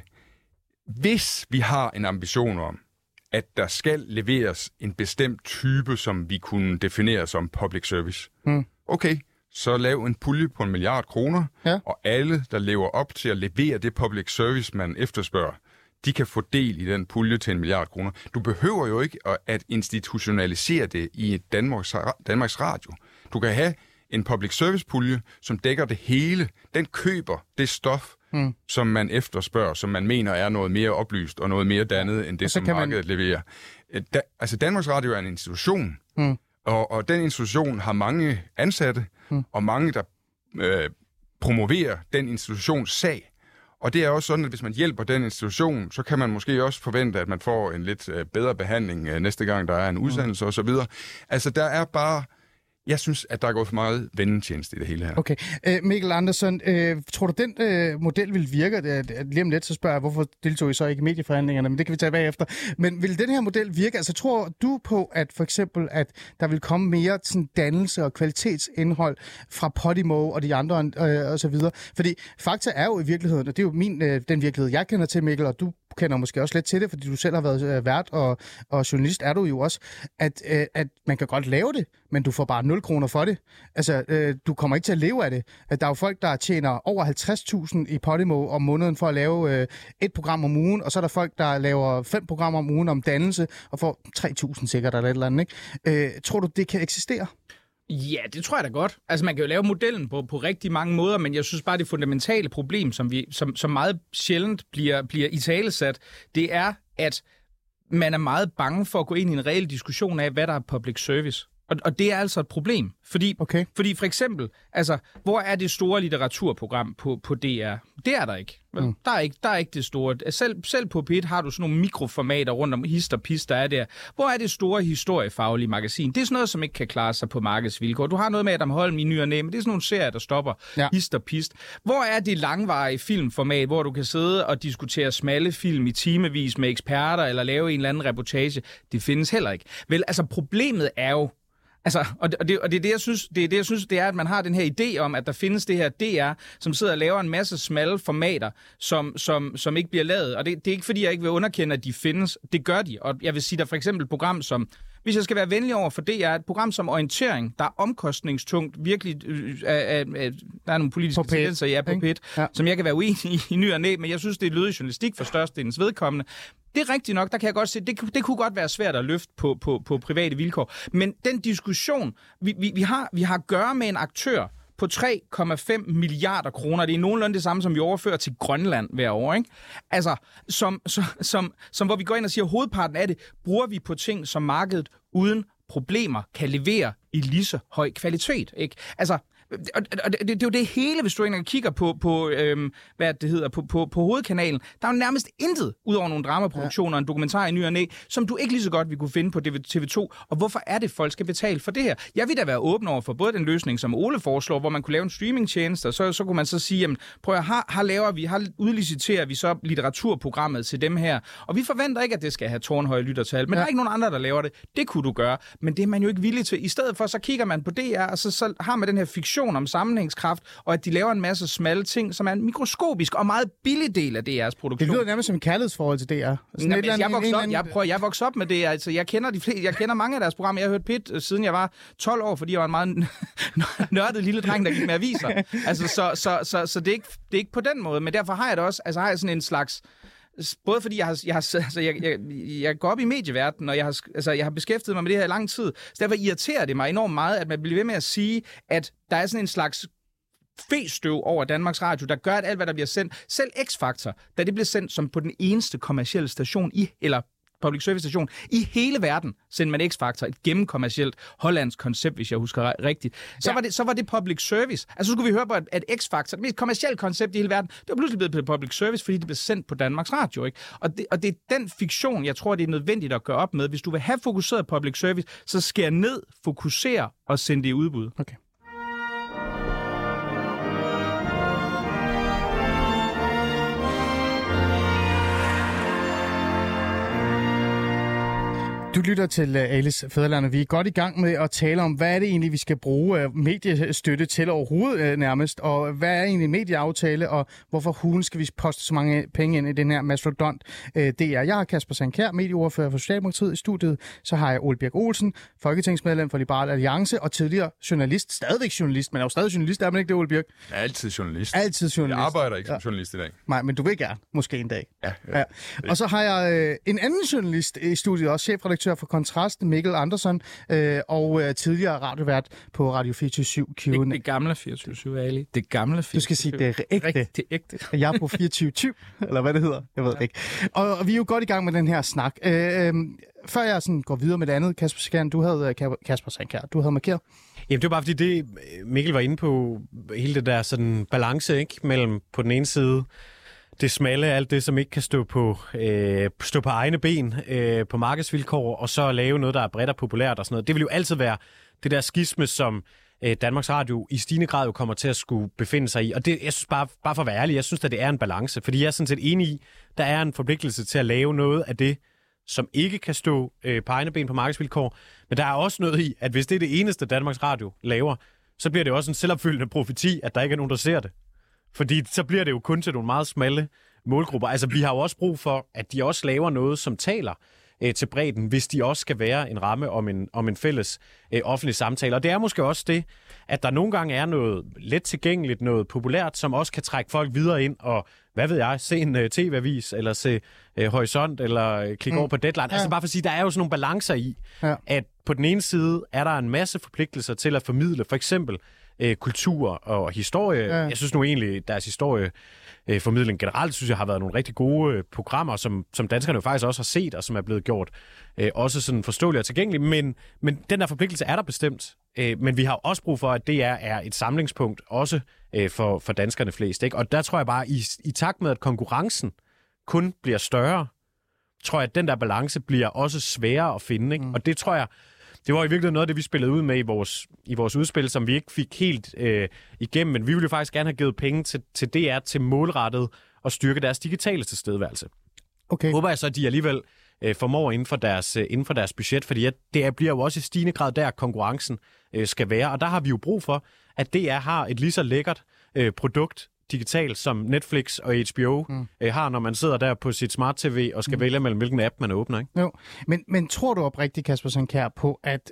hvis vi har en ambition om, at der skal leveres en bestemt type, som vi kunne definere som public service. Okay, så lav en pulje på 1 milliard kroner, og alle, der lever op til at levere det public service, man efterspørger, de kan få del i den pulje til 1 milliard kroner. Du behøver jo ikke at institutionalisere det i Danmarks Radio. Du kan have en public service pulje, som dækker det hele. Den køber det stof, som man efterspørger, som man mener er noget mere oplyst og noget mere dannet, end det, som markedet leverer. Altså, Danmarks Radio er en institution, og den institution har mange ansatte, og mange, der promoverer den institutions sag. Og det er også sådan, at hvis man hjælper den institution, så kan man måske også forvente, at man får en lidt bedre behandling næste gang, der er en udsendelse osv. Altså, der er bare... Jeg synes, at der er gået for meget vendetjeneste i det hele her. Okay. Mikkel Andersen, tror du, den model vil virke? Lige om lidt, så spørger jeg, hvorfor deltog I så ikke i medieforhandlingerne, men det kan vi tage bagefter. Men vil den her model virke? Altså, tror du på, at for eksempel, at der vil komme mere sådan, dannelse og kvalitetsindhold fra Podimo og de andre og så videre? Fordi fakta er jo i virkeligheden, og det er jo den virkelighed, jeg kender til, Mikkel, og du kender måske også lidt til det, fordi du selv har været vært og journalist, er du jo også, at man kan godt lave det, men du får bare 0 kroner for det. Altså, du kommer ikke til at leve af det. Der er jo folk, der tjener over 50.000 i Podimo om måneden for at lave et program om ugen, og så er der folk, der laver 5 programmer om ugen om dannelse, og får 3.000 sikkert eller et eller andet, ikke? Tror du, det kan eksistere? Ja, det tror jeg da godt. Altså, man kan jo lave modellen på rigtig mange måder, men jeg synes bare, det fundamentale problem, som meget sjældent bliver italesat, det er, at man er meget bange for at gå ind i en reel diskussion af, hvad der er public service. Og det er altså et problem, fordi for eksempel, altså, hvor er det store litteraturprogram på DR? Det er der ikke. Der er ikke det store. Selv på P1 har du sådan nogle mikroformater rundt om hist og pist, der er der. Hvor er det store historiefaglige magasin? Det er sådan noget, som ikke kan klare sig på markedsvilkår. Du har noget med Adam Holm i ny og næ, men det er sådan nogle serier, der stopper hist og pist. Hvor er det langvarige filmformat, hvor du kan sidde og diskutere smalle film i timevis med eksperter, eller lave en eller anden reportage? Det findes heller ikke. Vel, altså problemet er jo, altså, og det er det, jeg synes, det er, at man har den her idé om, at der findes det her DR, som sidder og laver en masse smalle formater, som ikke bliver lavet. Og det er ikke, fordi jeg ikke vil underkende, at de findes. Det gør de. Og jeg vil sige, der for eksempel et program som, hvis jeg skal være venlig over for DR, et program som Orientering, der er omkostningstungt, virkelig, der er nogle politiske tendenser på P1, som jeg kan være uenig i ny og næ, men jeg synes, det er lødig journalistik for størstedelens vedkommende. Det er rigtigt nok, der kan jeg godt se, det kunne godt være svært at løfte på private vilkår. Men den diskussion, vi har at gøre med en aktør på 3,5 milliarder kroner, det er nogenlunde det samme, som vi overfører til Grønland hver år, ikke? Altså, som hvor vi går ind og siger, at hovedparten af det bruger vi på ting, som markedet uden problemer kan levere i lige så høj kvalitet, ikke? Altså, og det er jo det hele, hvis du egentlig kigger på hvad det hedder, på hovedkanalen. Der er jo nærmest intet, ud over nogle dramaproduktioner og en dokumentar i ny og næ, som du ikke lige så godt vil kunne finde på TV2. Og hvorfor er det, folk skal betale for det her? Jeg vil da være åben over for både den løsning, som Ole foreslår, hvor man kunne lave en streamingtjeneste, og så kunne man så sige, jamen, prøv at udliciterer vi så litteraturprogrammet til dem her. Og vi forventer ikke, at det skal have tårnhøje lyttertal, men der er ikke nogen andre, der laver det. Det kunne du gøre, men det er man jo ikke villig til. I stedet for, så kigger man på DR, og så har man den her fiktion om sammenhængskraft, og at de laver en masse smalle ting, som er en mikroskopisk og meget billig del af DR's produktion. Det lyder nærmest som en kærlighedsforhold til DR. Jeg voksede op med det. Altså, jeg kender mange af deres programmer. Jeg har hørt P1, siden jeg var 12 år, fordi jeg var en meget nørdet lille dreng, der gik med aviser. Altså, så det er ikke på den måde, men derfor har jeg det også, altså har jeg sådan en slags, både fordi jeg går op i medieverdenen, og jeg har beskæftiget mig med det her i lang tid, så derfor irriterer det mig enormt meget, at man bliver ved med at sige, at der er sådan en slags festøv over Danmarks Radio, der gør, at alt, hvad der bliver sendt, selv X-Factor, da det blev sendt som på den eneste kommercielle station eller public service station i hele verden, sendte man X-Factor, et gennemkommercielt hollandsk koncept, hvis jeg husker rigtigt. Så var det public service. Altså så skulle vi høre på, at X-Factor, det mest kommercielle koncept i hele verden, det var pludselig blevet public service, fordi det blev sendt på Danmarks Radio, ikke? Og det er den fiktion, jeg tror, det er nødvendigt at gøre op med. Hvis du vil have fokuseret public service, så skær ned, fokusere og send det i udbud. Okay. Du lytter til Alice Fædreland, og vi er godt i gang med at tale om, hvad er det egentlig, vi skal bruge mediestøtte til overhovedet nærmest, og hvad er egentlig en medieaftale, og hvorfor hulen skal vi poste så mange penge ind i den her mastodont DR. Jeg har Kasper Sandkjær, medieordfører for Socialdemokratiet i studiet, så har jeg Ole Birk Olsen, folketingsmedlem for Liberal Alliance og tidligere journalist, stadigvæk journalist, men er jo stadig journalist, er man ikke det, Ole Birk? Jeg er altid journalist. Altid journalist. Jeg arbejder ikke som journalist i dag. Nej, men du vil gerne, måske en dag. Ja. Og så har jeg en anden journalist i studiet, også chefredaktør for Kontrast, Mikkel Andersen, og tidligere radiovært på Radio 24/7 Q&A. Det gamle 24/7, Ali. Det gamle 24/7. Du skal sige, det er ægte. Det er ægte. Jeg er på 24/7, eller hvad det hedder. Jeg ved ikke. Og vi er jo godt i gang med den her snak. Før jeg sådan går videre med det andet, Kasper Sandkjær, du havde markeret. Jamen, det var bare fordi det, Mikkel var inde på, hele det der sådan balance, ikke? Mellem på den ene side det smalle, alt det, som ikke kan stå på egne ben på markedsvilkår, og så lave noget, der er bredt og populært og sådan noget. Det vil jo altid være det der skisme, som Danmarks Radio i stigende grad jo kommer til at skulle befinde sig i. Og det, jeg synes bare for at være ærlig, jeg synes, at det er en balance, fordi jeg er sådan set enig i, der er en forpligtelse til at lave noget af det, som ikke kan stå på egne ben på markedsvilkår. Men der er også noget i, at hvis det er det eneste, Danmarks Radio laver, så bliver det også en selvopfyldende profeti, at der ikke er nogen, der ser det. Fordi så bliver det jo kun til nogle meget smalle målgrupper. Altså, vi har jo også brug for, at de også laver noget, som taler til bredden, hvis de også skal være en ramme om en fælles offentlig samtale. Og det er måske også det, at der nogle gange er noget let tilgængeligt, noget populært, som også kan trække folk videre ind og, hvad ved jeg, se en tv-avis, eller se Horisont, eller klikke over på Deadline. Ja. Altså bare for at sige, der er jo sådan nogle balancer i, at på den ene side er der en masse forpligtelser til at formidle, for eksempel kultur og historie. Ja. Jeg synes nu egentlig, deres historieformidling generelt, synes jeg, har været nogle rigtig gode programmer, som danskerne jo faktisk også har set, og som er blevet gjort også sådan forståelige og tilgængelige. Men den der forpligtelse er der bestemt. Men vi har også brug for, at det er et samlingspunkt, også for danskerne flest. Ikke? Og der tror jeg bare, i takt med, at konkurrencen kun bliver større, tror jeg, at den der balance bliver også sværere at finde. Ikke? Og det tror jeg, det var i virkeligheden noget af det, vi spillede ud med i vores udspil, som vi ikke fik helt igennem, men vi ville jo faktisk gerne have givet penge til DR til målrettet at styrke deres digitale tilstedeværelse. Okay. Håber jeg så, at de alligevel formår inden for deres budget, fordi det bliver jo også i stigende grad der, konkurrencen skal være, og der har vi jo brug for, at DR har et lige så lækkert produkt digitalt, som Netflix og HBO har, når man sidder der på sit smart-tv og skal vælge mellem, hvilken app man åbner. Ikke? Jo, men tror du oprigtigt, Kasper Sandkjær, på, at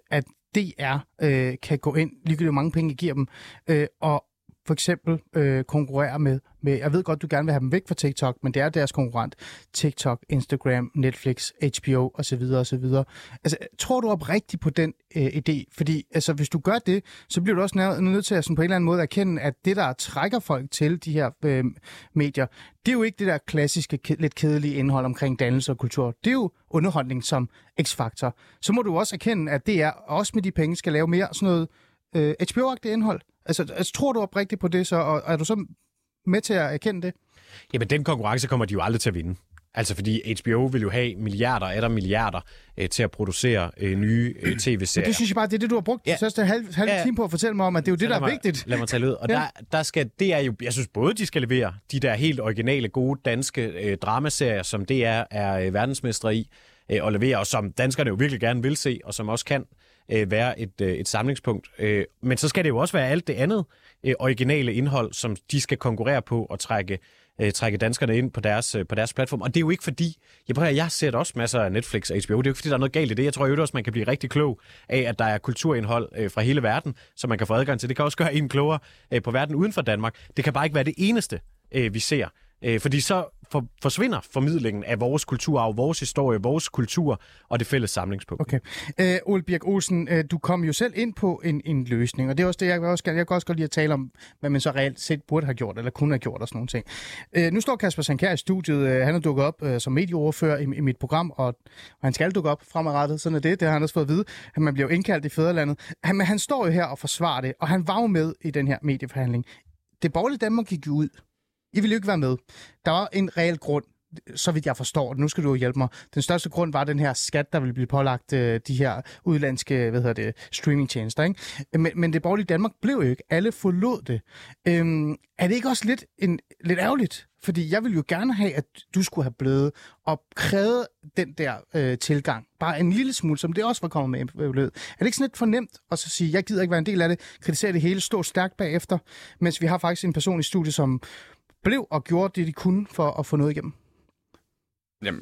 DR kan gå ind, ligegyldigt hvor mange penge I giver dem, og for eksempel konkurrere med, jeg ved godt, du gerne vil have dem væk fra TikTok, men det er deres konkurrent. TikTok, Instagram, Netflix, HBO osv. osv. Altså, tror du oprigtigt på den idé? Fordi altså, hvis du gør det, så bliver du også nødt til at sådan, på en eller anden måde erkende, at det, der trækker folk til de her medier, det er jo ikke det der klassiske, lidt kedelige indhold omkring dannelse og kultur. Det er jo underholdning som X-faktor. Så må du også erkende, at det er også med de penge skal lave mere sådan noget HBO-agtigt indhold. Altså, tror du oprigtigt på det så, og er du så med til at erkende det? Jamen, den konkurrence kommer de jo aldrig til at vinde. Altså, fordi HBO vil jo have milliarder til at producere nye tv-serier. Men det synes jeg bare, det er det, du har brugt de første halv time på at fortælle mig om, at det er jo det, der er vigtigt. Lad mig tale ud. Og det er jo, jeg synes både, de skal levere de der helt originale, gode danske dramaserier, som DR er verdensmestre i, og levere, og som danskerne jo virkelig gerne vil se, og som også kan være et samlingspunkt. Men så skal det jo også være alt det andet originale indhold, som de skal konkurrere på og trække danskerne ind på deres platform. Og det er jo ikke fordi, jeg ser også masser af Netflix og HBO, det er jo ikke fordi, der er noget galt i det. Jeg tror jo også, man kan blive rigtig klog af, at der er kulturindhold fra hele verden, som man kan få adgang til. Det kan også gøre en klogere på verden uden for Danmark. Det kan bare ikke være det eneste, vi ser. Fordi så forsvinder formidlingen af vores kulturarv, vores historie, vores kultur og det fælles samlingspunkt. Okay. Ole Birk Olsen, du kom jo selv ind på en løsning, og det er også det, jeg kan også godt lide at tale om, hvad man så reelt set burde have gjort, eller kunne have gjort og sådan nogle ting. Nu står Kasper Sandkjær i studiet. Han er dukket op som medieordfører i mit program, og han skal dukke op fremadrettet. Sådan er det. Det har han også fået at vide. Man bliver jo indkaldt i Fædrelandet. Han står jo her og forsvarer det, og han var jo med i den her medieforhandling. Det borgerlige Danmark gik jo ud. I ville jo ikke være med. Der var en reel grund, så vidt jeg forstår. Nu skal du jo hjælpe mig. Den største grund var den her skat, der ville blive pålagt de her udlandske streamingtjenester. Ikke? Men det borgerlige Danmark blev jo ikke. Alle forlod det. Er det ikke også lidt ærgerligt? Fordi jeg ville jo gerne have, at du skulle have blevet og krævet den der tilgang. Bare en lille smule, som det også var kommet med. Er det ikke sådan lidt for nemt at så sige, jeg gider ikke være en del af det, kritisere det hele, stå stærkt bagefter, mens vi har faktisk en person i studiet, som blev og gjorde det, de kunne for at få noget igennem? Jamen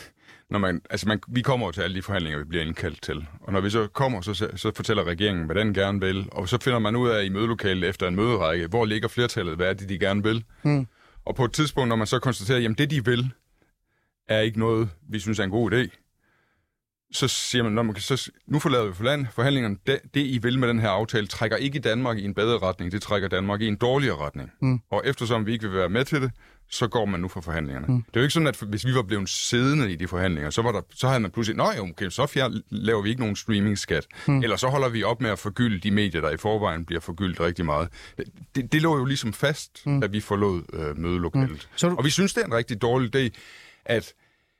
vi kommer jo til alle de forhandlinger, vi bliver indkaldt til. Og når vi så kommer, så fortæller regeringen, hvad den gerne vil. Og så finder man ud af i mødelokalet efter en møderække, hvor ligger flertallet, hvad er det, de gerne vil. Og på et tidspunkt, når man så konstaterer, jamen det, de vil, er ikke noget, vi synes er en god idé, så siger man, nu forlader vi forhandlingerne. Det, I vil med den her aftale, trækker ikke Danmark i en bedre retning. Det trækker Danmark i en dårligere retning. Og eftersom vi ikke vil være med til det, så går man nu for forhandlingerne. Det er jo ikke sådan, at hvis vi var blevet siddende i de forhandlinger, så havde man pludselig, så laver vi ikke nogen streamingskat. Eller så holder vi op med at forgylde de medier, der i forvejen bliver forgyldt rigtig meget. Det lå jo ligesom fast, da vi forlod mødelokalet. Og vi synes, det er en rigtig dårlig idé, at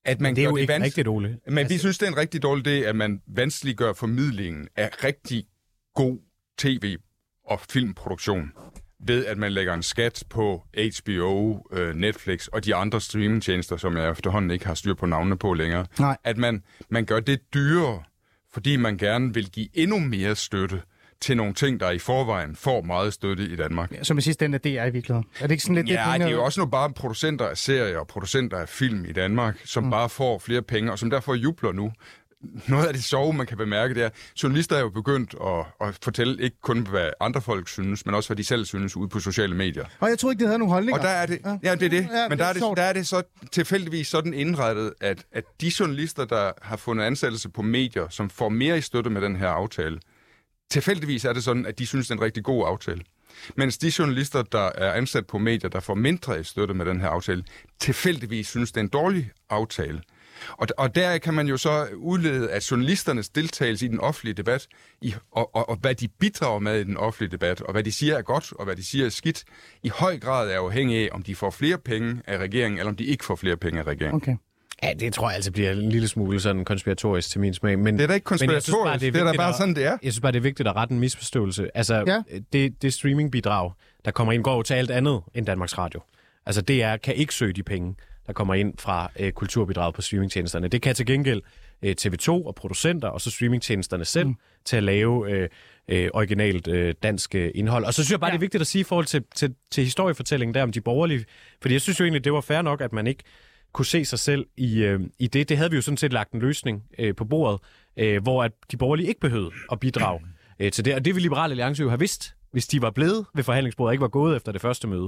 at man det er gør jo det ikke rigtigt, Ole. Men vi synes, det er en rigtig dårlig idé, at man vanskeliggør formidlingen af rigtig god tv- og filmproduktion ved, at man lægger en skat på HBO, Netflix og de andre streamingtjenester, som jeg efterhånden ikke har styr på navnene på længere. Nej. At man gør det dyrere, fordi man gerne vil give endnu mere støtte til nogle ting, der i forvejen får meget støtte i Danmark. Ja, som i sidste ende, det er i virkeligheden. Er det ikke sådan lidt Ja, det er jo også bare producenter af serier og producenter af film i Danmark, som bare får flere penge, og som derfor jubler nu. Noget af det sjove, man kan bemærke, det er, at journalister er jo begyndt at fortælle ikke kun, hvad andre folk synes, men også, hvad de selv synes ude på sociale medier. Og jeg tror ikke, det havde nogen holdninger. Og der er det, ja, det er det. Ja, men der er det så tilfældigvis sådan indrettet, at de journalister, der har fundet ansættelse på medier, som får mere i støtte med den her aftale, tilfældigvis er det sådan, at de synes, det er en rigtig god aftale. Mens de journalister, der er ansat på medier, der får mindre i støtte med den her aftale, tilfældigvis synes, det er en dårlig aftale. Og der kan man jo så udlede, at journalisternes deltagelse i den offentlige debat, og hvad de bidrager med i den offentlige debat, og hvad de siger er godt, og hvad de siger er skidt, i høj grad er afhængig af, om de får flere penge af regeringen, eller om de ikke får flere penge af regeringen. Okay. Ja, det tror jeg altså bliver en lille smule sådan konspiratorisk til min smag. Men, det er da ikke konspiratorisk, det er da bare sådan, det er. Jeg synes bare, det er vigtigt at rette en misforståelse. Altså, det streamingbidrag, der kommer ind, går jo til alt andet end Danmarks Radio. Altså, DR kan ikke søge de penge, der kommer ind fra kulturbidraget på streamingtjenesterne. Det kan til gengæld TV2 og producenter, og så streamingtjenesterne selv, til at lave originalt dansk indhold. Og så synes jeg bare, det er vigtigt at sige i forhold til historiefortællingen der om de borgerlige, fordi jeg synes jo egentlig, det var fair nok, at man ikke kunne se sig selv i det. Det havde vi jo sådan set lagt en løsning på bordet, hvor at de borgerlige ikke behøvede at bidrage til det. Og det ville Liberale Alliance jo have vidst, hvis de var blevet ved forhandlingsbordet og ikke var gået efter det første møde.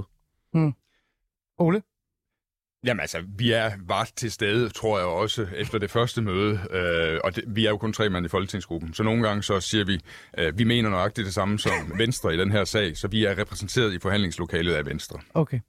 Ole? Jamen altså, var til stede, tror jeg også, efter det første møde, og vi er jo kun 3 mand i folketingsgruppen, så nogle gange så siger vi, vi mener nøjagtigt det samme som Venstre i den her sag, så vi er repræsenteret i forhandlingslokalet af Venstre. Okay.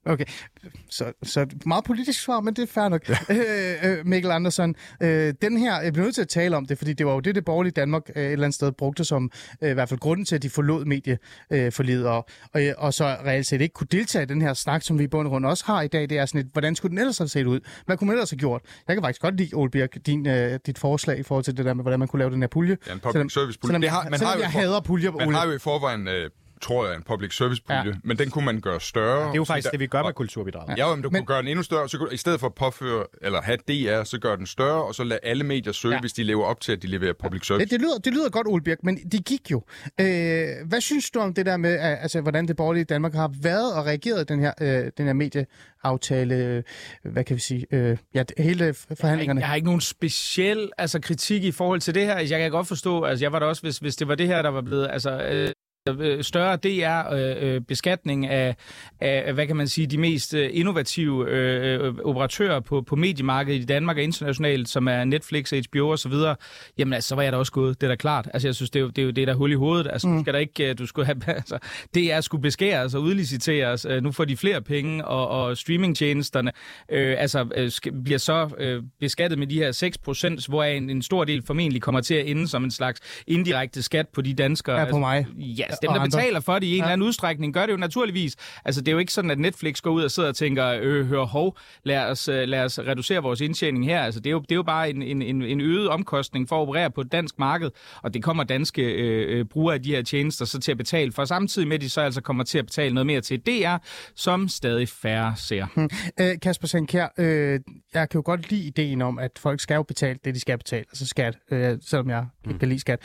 Så meget politisk svar, men det er fair nok. Ja. Mikkel Andersen, den her, jeg bliver nødt til at tale om det, fordi det var jo det borgerlige Danmark et eller andet sted brugte som i hvert fald grunden til, at de forlod medieforliget, og så reelt set ikke kunne deltage i den her snak, som vi i bund og grund også har i dag. Det er sådan et, hvordan skulle den ellers have set ud? Hvad kunne man ellers have gjort? Jeg kan faktisk godt lide, Ole Birk, dit forslag i forhold til det der med, hvordan man kunne lave den her pulje. Ja, en public service pulje. Jeg hader puljer, Ole. Man har jo i forvejen, tror jeg, en public service pulje, men den kunne man gøre større. Det er jo faktisk det, vi gør med kulturbidraget. Ja, men du kunne gøre den endnu større, så i stedet for at påføre, eller have DR, så gør den større, og så lad alle medier søge, hvis de lever op til, at de leverer public service. Det lyder godt, Ole Birk, men de gik jo. Hvad synes du om det der med, altså, hvordan det borgerlige Danmark har været og reageret den her medieaftale, hvad kan vi sige, hele forhandlingerne? Jeg har ikke nogen speciel kritik i forhold til det her. Jeg kan godt forstå, jeg var der også, hvis det var det her, der var blevet, større DR-beskatning af, hvad kan man sige, de mest innovative operatører på mediemarkedet i Danmark og internationalt, som er Netflix, HBO og så videre, jamen så var jeg da også gået, det er da klart. Jeg synes, det er jo det, der er hul i hovedet. Du skal da ikke, du skulle have, DR skulle beskæres og udliciteres. Nu får de flere penge, og streamingtjenesterne bliver så beskattet med de her 6%, hvor en stor del formentlig kommer til at ende som en slags indirekte skat på de danskere. Ja, på mig. Ja, dem, der betaler for det i en eller anden udstrækning, gør det jo naturligvis. Det er jo ikke sådan, at Netflix går ud og sidder og tænker, hør hov, lad os reducere vores indtjening her. Det er jo bare en øget omkostning for at operere på et dansk marked, og det kommer danske brugere af de her tjenester så til at betale for, samtidig med, at de så altså kommer til at betale noget mere til DR, som stadig færre ser. Kasper Sandkjær, jeg kan jo godt lide ideen om, at folk skal jo betale det, de skal betale, altså skat, selvom jeg ikke kan lide skat.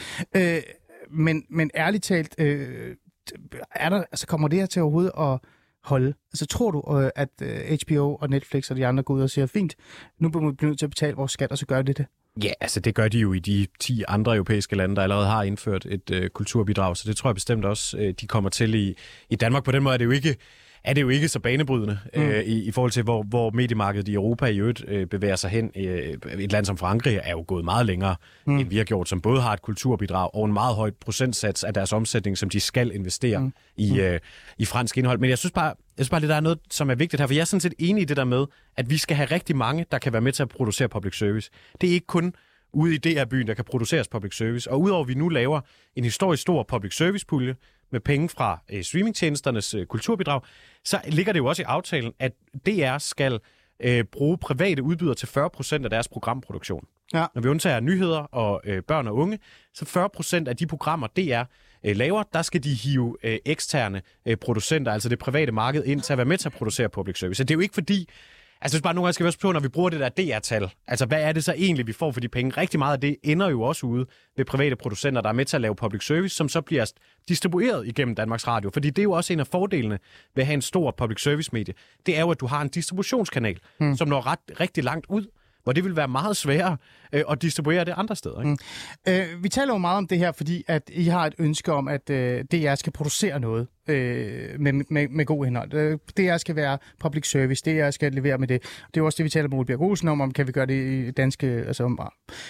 Men ærligt talt, kommer det her til overhovedet at holde? Tror du, at HBO og Netflix og de andre går ud og siger, fint, nu bliver vi nødt til at betale vores skat, og så gør det? Ja, det gør de jo i de 10 andre europæiske lande, der allerede har indført et kulturbidrag, så det tror jeg bestemt også, de kommer til i Danmark. På den måde er det jo ikke så banebrydende i forhold til, hvor mediemarkedet i Europa i øvrigt bevæger sig hen. Et land som Frankrig er jo gået meget længere, end vi har gjort, som både har et kulturbidrag og en meget høj procentsats af deres omsætning, som de skal investere i fransk indhold. Men jeg synes bare, det der er noget, som er vigtigt her, for jeg er sådan set enig i det der med, at vi skal have rigtig mange, der kan være med til at producere public service. Det er ikke kun ude i DR-byen, der kan produceres public service. Og udover at vi nu laver en historisk stor public service-pulje med penge fra streamingtjenesternes kulturbidrag, så ligger det jo også i aftalen, at DR skal bruge private udbydere til 40% af deres programproduktion. Ja. Når vi undtager nyheder og børn og unge, så 40% af de programmer, DR laver, der skal de hive eksterne producenter, altså det private marked, ind til at være med til at producere public service. Så det er jo ikke fordi... Altså, hvis bare nogle gange skal vi også på, når vi bruger det der DR-tal. Altså, hvad er det så egentlig, vi får for de penge? Rigtig meget af det ender jo også ude ved private producenter, der er med til at lave public service, som så bliver distribueret igennem Danmarks Radio. Fordi det er jo også en af fordelene ved at have en stor public service-medie. Det er jo, at du har en distributionskanal, som når rigtig langt ud, hvor det vil være meget sværere at distribuere det andre steder. Ikke? Vi taler jo meget om det her, fordi at I har et ønske om, at DR skal producere noget med god indhold. DR skal være public service, DR skal levere med det. Det er jo også det, vi taler med Ole Birk Olesen om kan vi gøre det i danske, altså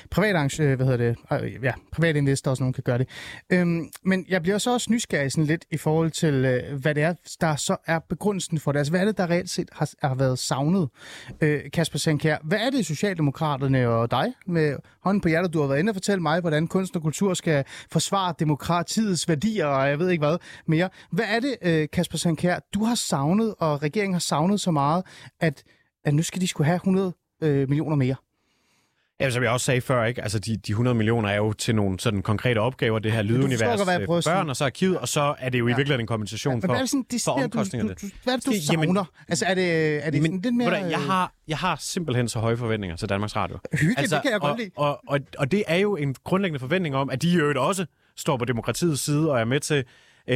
private investorer og sådan nogen kan gøre det. Men jeg bliver så også nysgerrig sådan lidt i forhold til, hvad det er, der så er begrundelsen for det. Altså, hvad er det, der reelt set har været savnet, Kasper Sandkjær? Hvad er det, Socialdemokraterne og dig, med hånden på hjertet, du har været inde og fortælle mig, hvordan kunst og kultur skal forsvare demokratiets værdier, og jeg ved ikke hvad mere. Hvad er det, Kasper Sandkjær, du har savnet, og regeringen har savnet så meget, at nu skal de skulle have 100 millioner mere? Ja, som jeg også sagde før, ikke? Altså, de 100 millioner er jo til nogle sådan konkrete opgaver, det her lydunivers for børn, og så arkivet, og så er det jo i virkeligheden en kompensation for omkostningerne. Hvad er det, du savner? Altså, er det sådan lidt mere... Jeg har simpelthen så høje forventninger til Danmarks Radio. Hyggeligt, altså, det kan jeg godt lide. Og det er jo en grundlæggende forventning om, at de jo også står på demokratiets side og er med til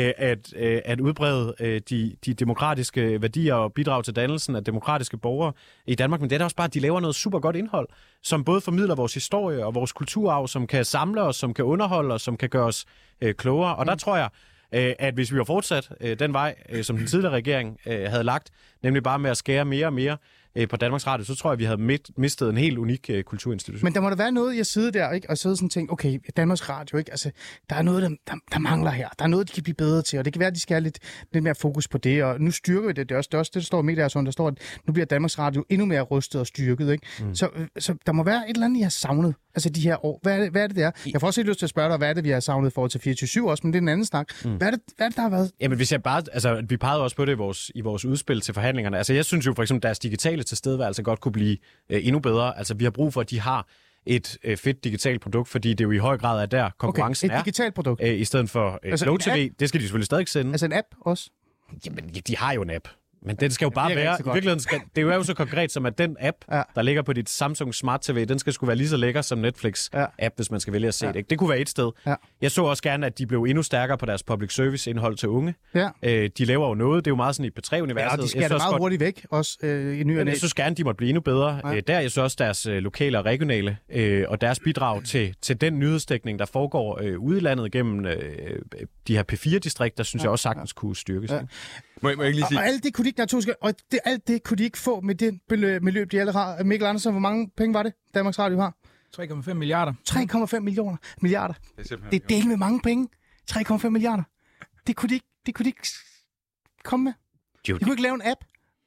at udbrede de demokratiske værdier og bidrage til dannelsen af demokratiske borgere i Danmark. Men det er også bare, at de laver noget super godt indhold, som både formidler vores historie og vores kulturarv, som kan samle os, som kan underholde os, som kan gøre os klogere. Og der tror jeg, at hvis vi har fortsat den vej, som den tidligere regering havde lagt, nemlig bare med at skære mere og mere på Danmarks Radio, så tror jeg, vi havde mistet en helt unik kulturinstitution. Men der må da være noget, jeg sidder der, ikke, og sidder sådan og tænker, okay, Danmarks Radio, ikke, altså, der er noget, der mangler her. Der er noget, de kan blive bedre til, og det kan være, at de skal have lidt mere fokus på det, og nu styrker vi det. Det er også det, der står i medier, der står, at nu bliver Danmarks Radio endnu mere rustet og styrket, ikke? Så der må være et eller andet, I har savnet, altså de her år. Hvad er det der? Jeg får også lidt lyst til at spørge dig, hvad er det, vi har savnet i forhold til 24/7 også, men det er en anden snak. Hvad er det, der har været? Jamen, hvis jeg bare, altså, vi pegede også på det i vores udspil til forhandlingerne. Altså, jeg synes jo for eksempel, deres digitale tilstedeværelse godt kunne blive endnu bedre. Altså, vi har brug for, at de har et fedt digitalt produkt, fordi det jo i høj grad er der konkurrencen et digitalt produkt. I stedet for Flow TV. Det skal de selvfølgelig stadig sende. Altså en app også? Jamen, de har jo en app. Men den skal jo bare være... I virkeligheden det er jo så konkret som, at den app, der ligger på dit Samsung Smart TV, den skal skulle være lige så lækker som Netflix-app, hvis man skal vælge at se det. Ikke? Det kunne være et sted. Ja. Jeg så også gerne, at de blev endnu stærkere på deres public service-indhold til unge. Ja. De laver jo noget. Det er jo meget sådan i P3-universet. Ja, og de skal meget hurtigt væk, også i ny og næ. Jeg synes gerne, de måtte blive endnu bedre. Ja. Der jeg synes også deres lokale og regionale og deres bidrag til den nyhedsdækning, der foregår ude i landet gennem de her P4-distrikter, synes jeg også sagtens kunne styrkes. Ja. Må jeg ikke lige sige? Og alt det kunne de ikke naturligt, og alt det kunne de ikke få med det beløb, de allerede har. Mikkel Andersen, hvor mange penge var det, Danmarks Radio har? 3,5 milliarder. 3,5 milliarder. Det er delt med mange penge. 3,5 milliarder. Det kunne de ikke komme med. De kunne ikke lave en app.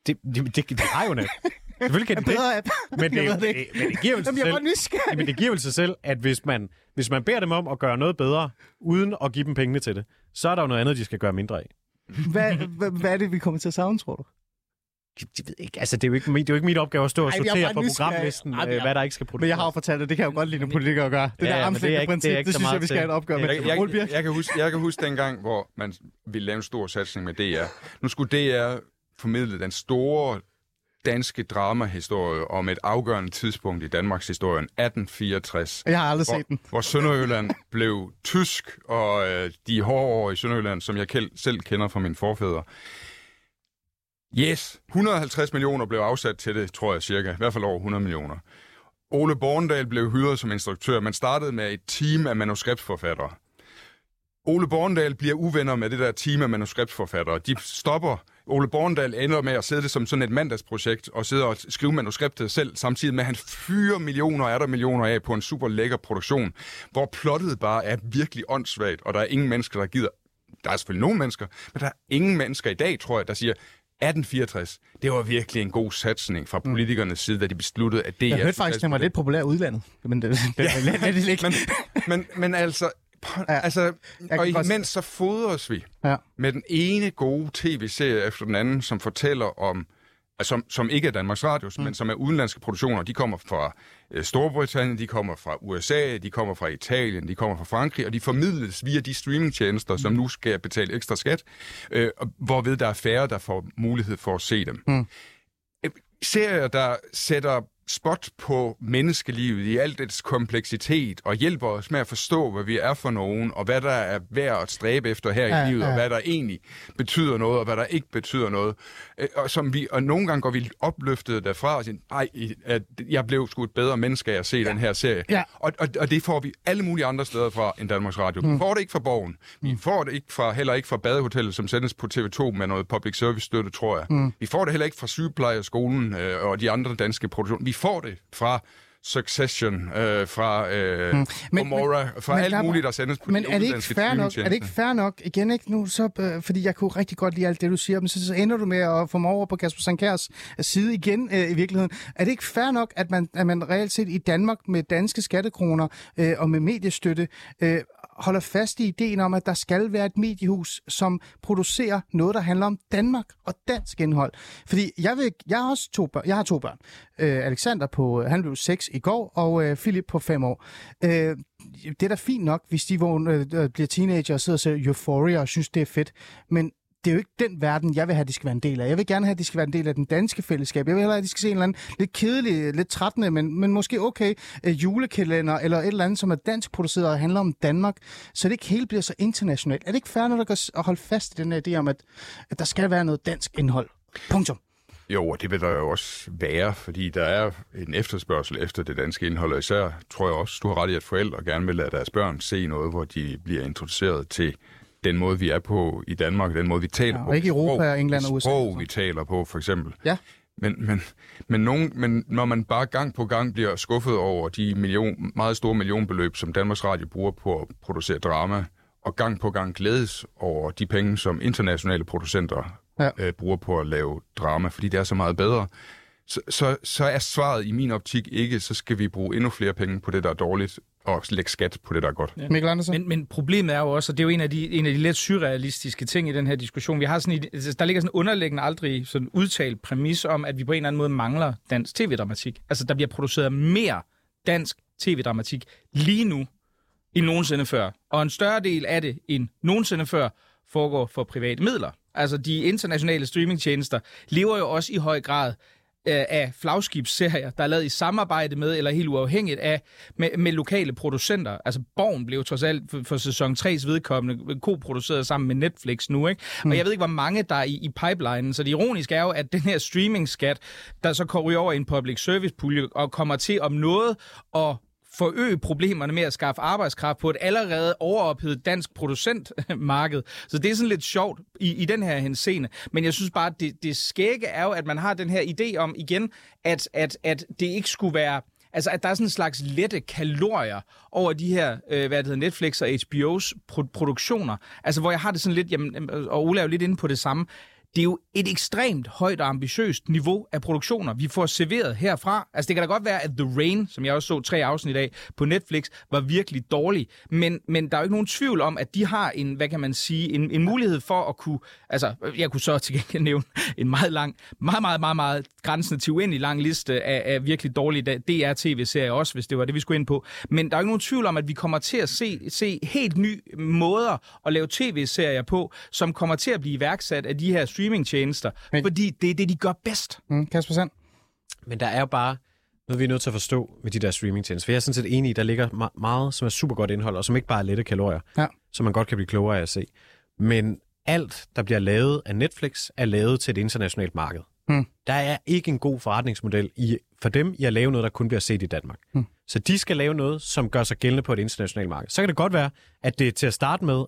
Det har jo en app. Selvfølgelig kan de det. App. Men det giver jo sig selv, at hvis man beder dem om at gøre noget bedre, uden at give dem pengene til det, så er der jo noget andet, de skal gøre mindre af. Hvad er det, vi kommer til at savne, tror du? Jeg ved ikke. Altså, det er jo ikke mit opgave at stå og sortere på programlisten, hvad der ikke skal produceres. Men jeg har jo fortalt, at det kan jo godt lide nogle politikere at gøre. Det der armslængde princip, det synes jeg, vi skal have et opgør med. Jeg kan huske dengang, hvor man ville lave en stor satsning med DR. Nu skulle DR formidle den store danske dramahistorie om et afgørende tidspunkt i Danmarks historie, 1864. Jeg har aldrig set den. Hvor Sønderjylland blev tysk, og de hårde år i Sønderjylland, som jeg selv kender fra mine forfædre. Yes, 150 millioner blev afsat til det, tror jeg cirka. I hvert fald over 100 millioner. Ole Bornedal blev hyret som instruktør. Man startede med et team af manuskriptforfattere. Ole Bornedal bliver uvenner med det der team af manuskriptforfattere. De stopper. Ole Bornedal ender med at sidde det som sådan et mandagsprojekt og sidde og skrive manuskriptet selv, samtidig med at han fyrer millioner af på en super lækker produktion, hvor plottet bare er virkelig åndssvagt, og der er ingen mennesker, der gider. Der er selvfølgelig nogle mennesker, men der er ingen mennesker i dag, tror jeg, der siger, 1864, det var virkelig en god satsning fra politikernes side, da de besluttede, at det jeg hørte faktisk, at den var lidt populær i udlandet. Men altså, og imens så fodres vi med den ene gode tv-serie efter den anden, som fortæller om som ikke er Danmarks Radios, men som er udenlandske produktioner. De kommer fra Storbritannien, de kommer fra USA, de kommer fra Italien, de kommer fra Frankrig, og de formidles via de streamingtjenester, som nu skal betale ekstra skat, hvorved der er færre, der får mulighed for at se dem. Serier, der sætter spot på menneskelivet i alt dets kompleksitet, og hjælper os med at forstå, hvad vi er for nogen, og hvad der er værd at stræbe efter her i livet, og hvad der egentlig betyder noget, og hvad der ikke betyder noget. Og nogle gange går vi opløftet derfra og siger, jeg blev sgu et bedre menneske af at se den her serie. Ja. Og det får vi alle mulige andre steder fra end Danmarks Radio. Vi får det ikke fra Borgen. Vi får det heller ikke fra Badehotellet, som sendes på TV2 med noget public service støtte, tror jeg. Vi får det heller ikke fra Sygeplejerskolen og de andre danske produktioner. Vi får det fra Succession, fra Gomorrah, fra alt muligt, der sendes på men er det ikke fair nok? Er det ikke fair nok? Igen ikke nu, så, fordi jeg kunne rigtig godt lide alt det, du siger, men så ender du med at få mig over på Kasper Sankers side igen i virkeligheden. Er det ikke fair nok, at man reelt set i Danmark med danske skattekroner og med mediestøtte holder fast i ideen om, at der skal være et mediehus, som producerer noget, der handler om Danmark og dansk indhold? Fordi jeg har to børn. Alexander han blev 6 i går, og Philip på 5 år. Det er da fint nok, hvis de bliver teenager og sidder og ser Euphoria og synes, det er fedt. Men det er jo ikke den verden, jeg vil have, de skal være en del af. Jeg vil gerne have, at de skal være en del af den danske fællesskab. Jeg vil hellere, at de skal se en eller anden lidt kedelig, lidt trættende, men måske okay julekalender eller et eller andet, som er dansk produceret og handler om Danmark, så det ikke helt bliver så internationalt. Er det ikke fair, når der at holde fast i den her idé om, at der skal være noget dansk indhold? Punktum. Jo, og det vil der jo også være, fordi der er en efterspørgsel efter det danske indhold, og især tror jeg også, du har ret i, at forældre gerne vil lade deres børn se noget, hvor de bliver introduceret til den måde, vi er på i Danmark, den måde, vi taler på. Og ikke i Europa, England og USA. Sprog, vi taler på, for eksempel. Ja. Men når man bare gang på gang bliver skuffet over de meget store millionbeløb, som Danmarks Radio bruger på at producere drama, og gang på gang glædes over de penge, som internationale producenter bruger på at lave drama, fordi det er så meget bedre, så er svaret i min optik ikke, så skal vi bruge endnu flere penge på det, der er dårligt, og lægge skat på det, der er godt. Ja. Men problemet er jo også, og det er jo en af de lidt surrealistiske ting i den her diskussion, vi har der ligger sådan en underliggende, aldrig sådan udtalt præmis om, at vi på en eller anden måde mangler dansk tv-dramatik. Altså, der bliver produceret mere dansk tv-dramatik lige nu end nogensinde før. Og en større del af det end nogensinde før foregår for private midler. Altså, de internationale streamingtjenester lever jo også i høj grad af flagskibsserier, der er lavet i samarbejde med, eller helt uafhængigt af, med lokale producenter. Altså, Borgen blev trods alt for sæson 3's vedkommende koproduceret sammen med Netflix nu, ikke? Og jeg ved ikke, hvor mange der er i pipelinen, så det ironiske er jo, at den her streaming-skat, der så går over i en public service-pulje, og kommer til om noget at forøge problemerne med at skaffe arbejdskraft på et allerede overophedet dansk producentmarked. Så det er sådan lidt sjovt i den her henseende. Men jeg synes bare, at det skægge er jo, at man har den her idé om igen, at det ikke skulle være... Altså, at der er sådan en slags lette kalorier over de her, Netflix og HBO's produktioner. Altså, hvor jeg har det sådan lidt... Jamen, og Ola er jo lidt inde på det samme. Det er jo et ekstremt højt og ambitiøst niveau af produktioner, vi får serveret herfra. Altså, det kan da godt være, at The Rain, som jeg også så 3 afsnit af på Netflix, var virkelig dårlig. Men der er jo ikke nogen tvivl om, at de har en mulighed for at kunne... Altså, jeg kunne så til gengæld nævne en meget lang, meget grænsende til uendelig lang liste af virkelig dårlige DR-tv-serier også, hvis det var det, vi skulle ind på. Men der er ikke nogen tvivl om, at vi kommer til at se helt nye måder at lave tv-serier på, som kommer til at blive iværksat af de her streamingtjenester, fordi det er det, de gør bedst. Kasper Sand? Men der er jo bare noget, vi er nødt til at forstå med de der streamingtjenester. For jeg er sådan set enig i, der ligger meget, som er super godt indhold, og som ikke bare er lette kalorier, som man godt kan blive klogere af at se. Men alt, der bliver lavet af Netflix, er lavet til et internationalt marked. Der er ikke en god forretningsmodel for dem i at lave noget, der kun bliver set i Danmark. Så de skal lave noget, som gør sig gældende på et internationalt marked. Så kan det godt være, at det til at starte med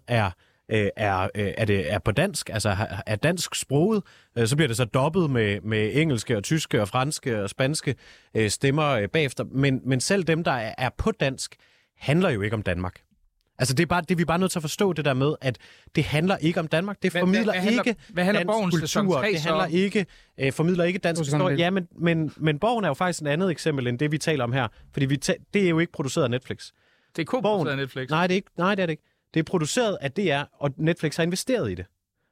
er på dansk, altså er dansk sproget, så bliver det så dobbelt med engelske og tyske og franske og spanske stemmer bagefter. Men selv dem, der er på dansk, handler jo ikke om Danmark. Altså det er vi er bare nødt til at forstå det der med, at det handler ikke om Danmark. Det formidler ikke dansk kultur. Det formidler ikke dansk historie. Ja, men Borgen er jo faktisk et andet eksempel end det, vi taler om her. Fordi det er jo ikke produceret af Netflix. Det er koproduceret af Netflix. Nej, det er det ikke. Det er produceret af DR, og Netflix har investeret i det.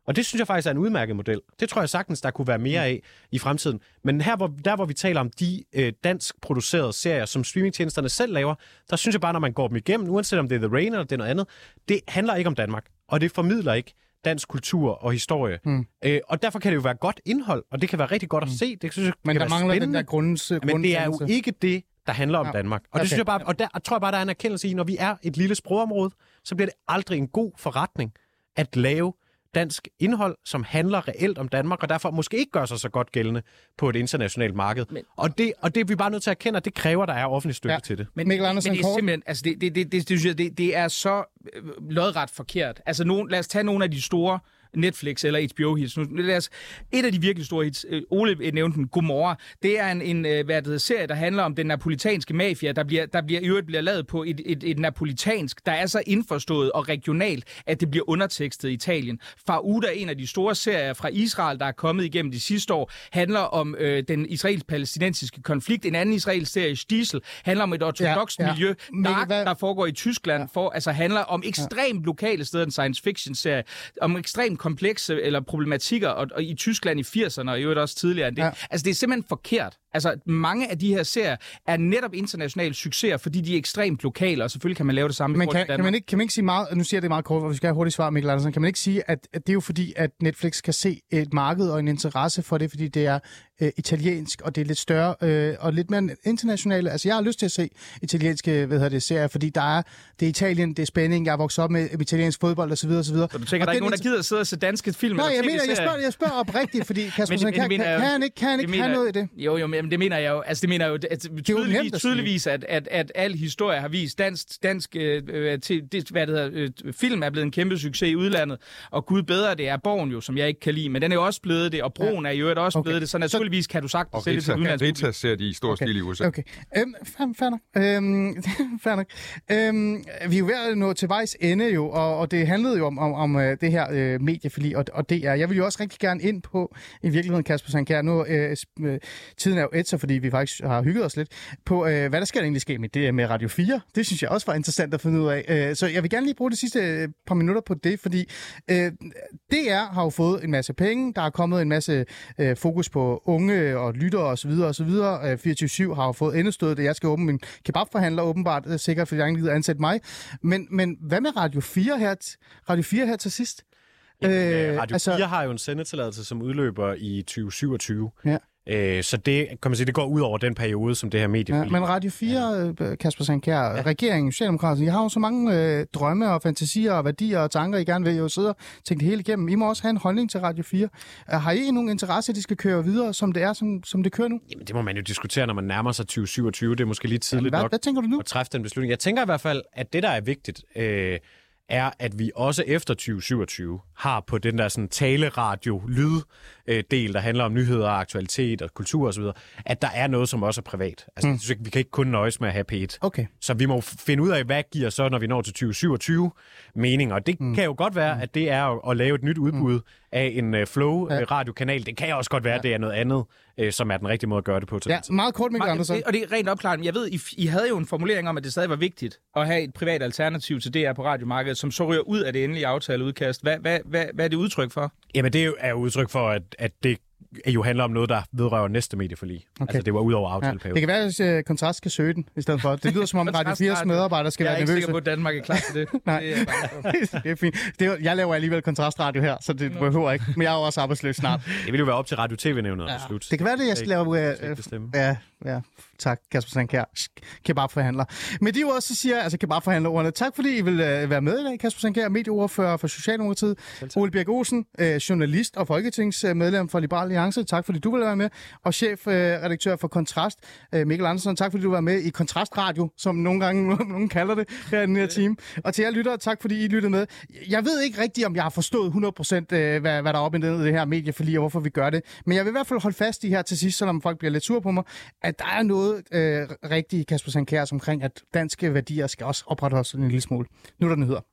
Og det synes jeg faktisk er en udmærket model. Det tror jeg sagtens, der kunne være mere af i fremtiden. Men her, hvor vi taler om de dansk producerede serier, som streamingtjenesterne selv laver, der synes jeg bare, når man går dem igennem, uanset om det er The Rain eller det er noget andet, det handler ikke om Danmark. Og det formidler ikke dansk kultur og historie. Og derfor kan det jo være godt indhold, og det kan være rigtig godt at se. Det synes jeg, men der mangler den der grunddannelse. Men det er jo ikke det, der handler om Danmark. Og det synes jeg bare, og der tror jeg bare, der er en erkendelse i, når vi er et lille sprogområde, så bliver det aldrig en god forretning at lave dansk indhold, som handler reelt om Danmark, og derfor måske ikke gør sig så godt gældende på et internationalt marked. Og det er vi bare nødt til at erkende, at det kræver, der er offentlig støtte til det. Men det er simpelthen, altså det er så lodret forkert. Altså lad os tage nogle af de store Netflix eller HBO-hits. Et af de virkelig store hits, Ole nævnte den, Gomorra, det er en serie, der handler om den napolitanske mafia, der bliver lavet på et napolitansk, der er så indforstået og regionalt, at det bliver undertekstet i Italien. Fauda, en af de store serier fra Israel, der er kommet igennem de sidste år, handler om den israelsk-palæstinensiske konflikt. En anden israelsk serie, Stiesel, handler om et ortodokst miljø. Dark, der foregår i Tyskland, handler om ekstremt lokale steder, en science fiction serie, om ekstremt komplekse eller problematikker, og i Tyskland i 80'erne, og i øvrigt også tidligere end det. Ja. Altså, det er simpelthen forkert. Altså, mange af de her serier er netop internationale succeser, fordi de er ekstremt lokale, og selvfølgelig kan man lave det samme i Danmark. Kan man ikke sige meget, nu siger jeg det meget kort, og vi skal have hurtigt svar, Mikkel Andersen, kan man ikke sige, at det er jo fordi, at Netflix kan se et marked og en interesse for det, fordi det er italiensk, og det er lidt større og lidt mere internationalt. Altså, jeg har lyst til at se italienske, serier, fordi det er Italien, det er spænding, jeg er vokset op med italiensk fodbold, osv. osv. Så du tænker, der er ikke nogen, der gider at sidde og se danske film? Nej, jeg spørger oprigtigt, fordi Kasper Sand Kjær, kan han ikke have noget i det? Jo, men det mener jeg jo. Altså, det mener jeg jo tydeligvis, at al historie har vist dansk film er blevet en kæmpe succes i udlandet, og gud bedre, det er Borgen jo, som jeg ikke kan lide, men den er jo også blevet det, og Broen er jo også blevet det, så naturligvis kan du sagtens sælge til udlandet. Og Rita ser de i stor stil i USA. Okay. Fair nok. Vi er jo ved at nå til vejs ende jo, og det handlede jo om det her medieforlig, og det er. Jeg vil jo også rigtig gerne ind på, i virkeligheden, Kasper Sand Kjær, nu tiden er jo etser, fordi vi faktisk har hygget os lidt, på hvad der skal egentlig ske med det med Radio 4. Det synes jeg også var interessant at finde ud af. Så jeg vil gerne lige bruge de sidste par minutter på det, fordi DR har jo fået en masse penge, der er kommet en masse fokus på unge og lyttere osv. 24/7 har jo fået endestødet, at jeg skal åbne min kebabforhandler, åbenbart sikkert, fordi jeg ikke gider ansætte mig. Men hvad med Radio 4 her? Radio 4 her til sidst? Radio 4 har jo en sendetilladelse, som udløber i 2027. Ja. Så det, kan man sige, det går ud over den periode, som det her medieforlig. Men Radio 4, Kasper Sand Kjær, regeringen, Socialdemokraterne, I har jo så mange drømme og fantasier og værdier og tanker, I gerne vil jo sidde og tænke det hele igennem. I må også have en holdning til Radio 4. Har I nogen interesse, at de skal køre videre, som det er, som det kører nu? Jamen, det må man jo diskutere, når man nærmer sig 2027. Det er måske lige tidligt nok hvad tænker du nu? At træffe den beslutning. Jeg tænker i hvert fald, at det, der er vigtigt, er, at vi også efter 2027 har på den der sådan taleradio-lyd-del, der handler om nyheder og aktualitet og kultur osv., at der er noget, som også er privat. Altså, vi kan ikke kun nøjes med at have P1. Okay. Så vi må finde ud af, hvad giver så, når vi når til 2027, mening. Og det kan jo godt være, at det er at lave et nyt udbud af en Flow-radiokanal. Det kan også godt være, at det er noget andet, som er den rigtige måde at gøre det på. Til meget kort, Mikkel Andersen. Og det er rent opklarende. Jeg ved, I havde jo en formulering om, at det stadig var vigtigt at have et privat alternativ til DR på radiomarkedet, som så ryger ud af det endelige aftaleudkast. Hvad er det udtryk for? Jamen, det er jo udtryk for, at det jo handler om noget, der vedrører næste medieforlig. Okay. Altså, det var ud over aftaleperioden. Det kan være, at Kontrast skal søge den, i stedet for. Det lyder som om Radio 4's medarbejdere skal være nervøse. Jeg er ikke sikker på, at Danmark er klar til det. Nej, det er fint. Jeg laver alligevel kontrastradio her, så det behøver ikke. Men jeg er jo også arbejdsløs snart. Det vil jo være op til Radio TV-nævnet at beslutte. Det kan være det, jeg skal lave... Ja, tak, Kasper Sand Kjær, kebabforhandler. Med de ord, så siger jeg, altså kebabforhandlerordene, tak fordi I vil være med i dag, Kasper Sand Kjær, medieordfører for Socialdemokratiet, Ole Birk Olsen, journalist og folketingsmedlem for Liberal Alliance, tak fordi du vil være med, og chefredaktør for Kontrast, Mikkel Andersen, tak fordi du var med i Kontrastradio, som nogen kalder det her i den her time. Og til jer lyttere, tak fordi I lyttede med. Jeg ved ikke rigtigt, om jeg har forstået 100% hvad der er oppe i det her medieforlig, og hvorfor vi gør det, men jeg vil i hvert fald holde fast i her til sidst, selvom folk bliver lidt sur på mig, at der er noget rigtigt, Kasper Sand Kjær, omkring, at danske værdier skal også opretholdes en lille smule. Nu er der nyheder.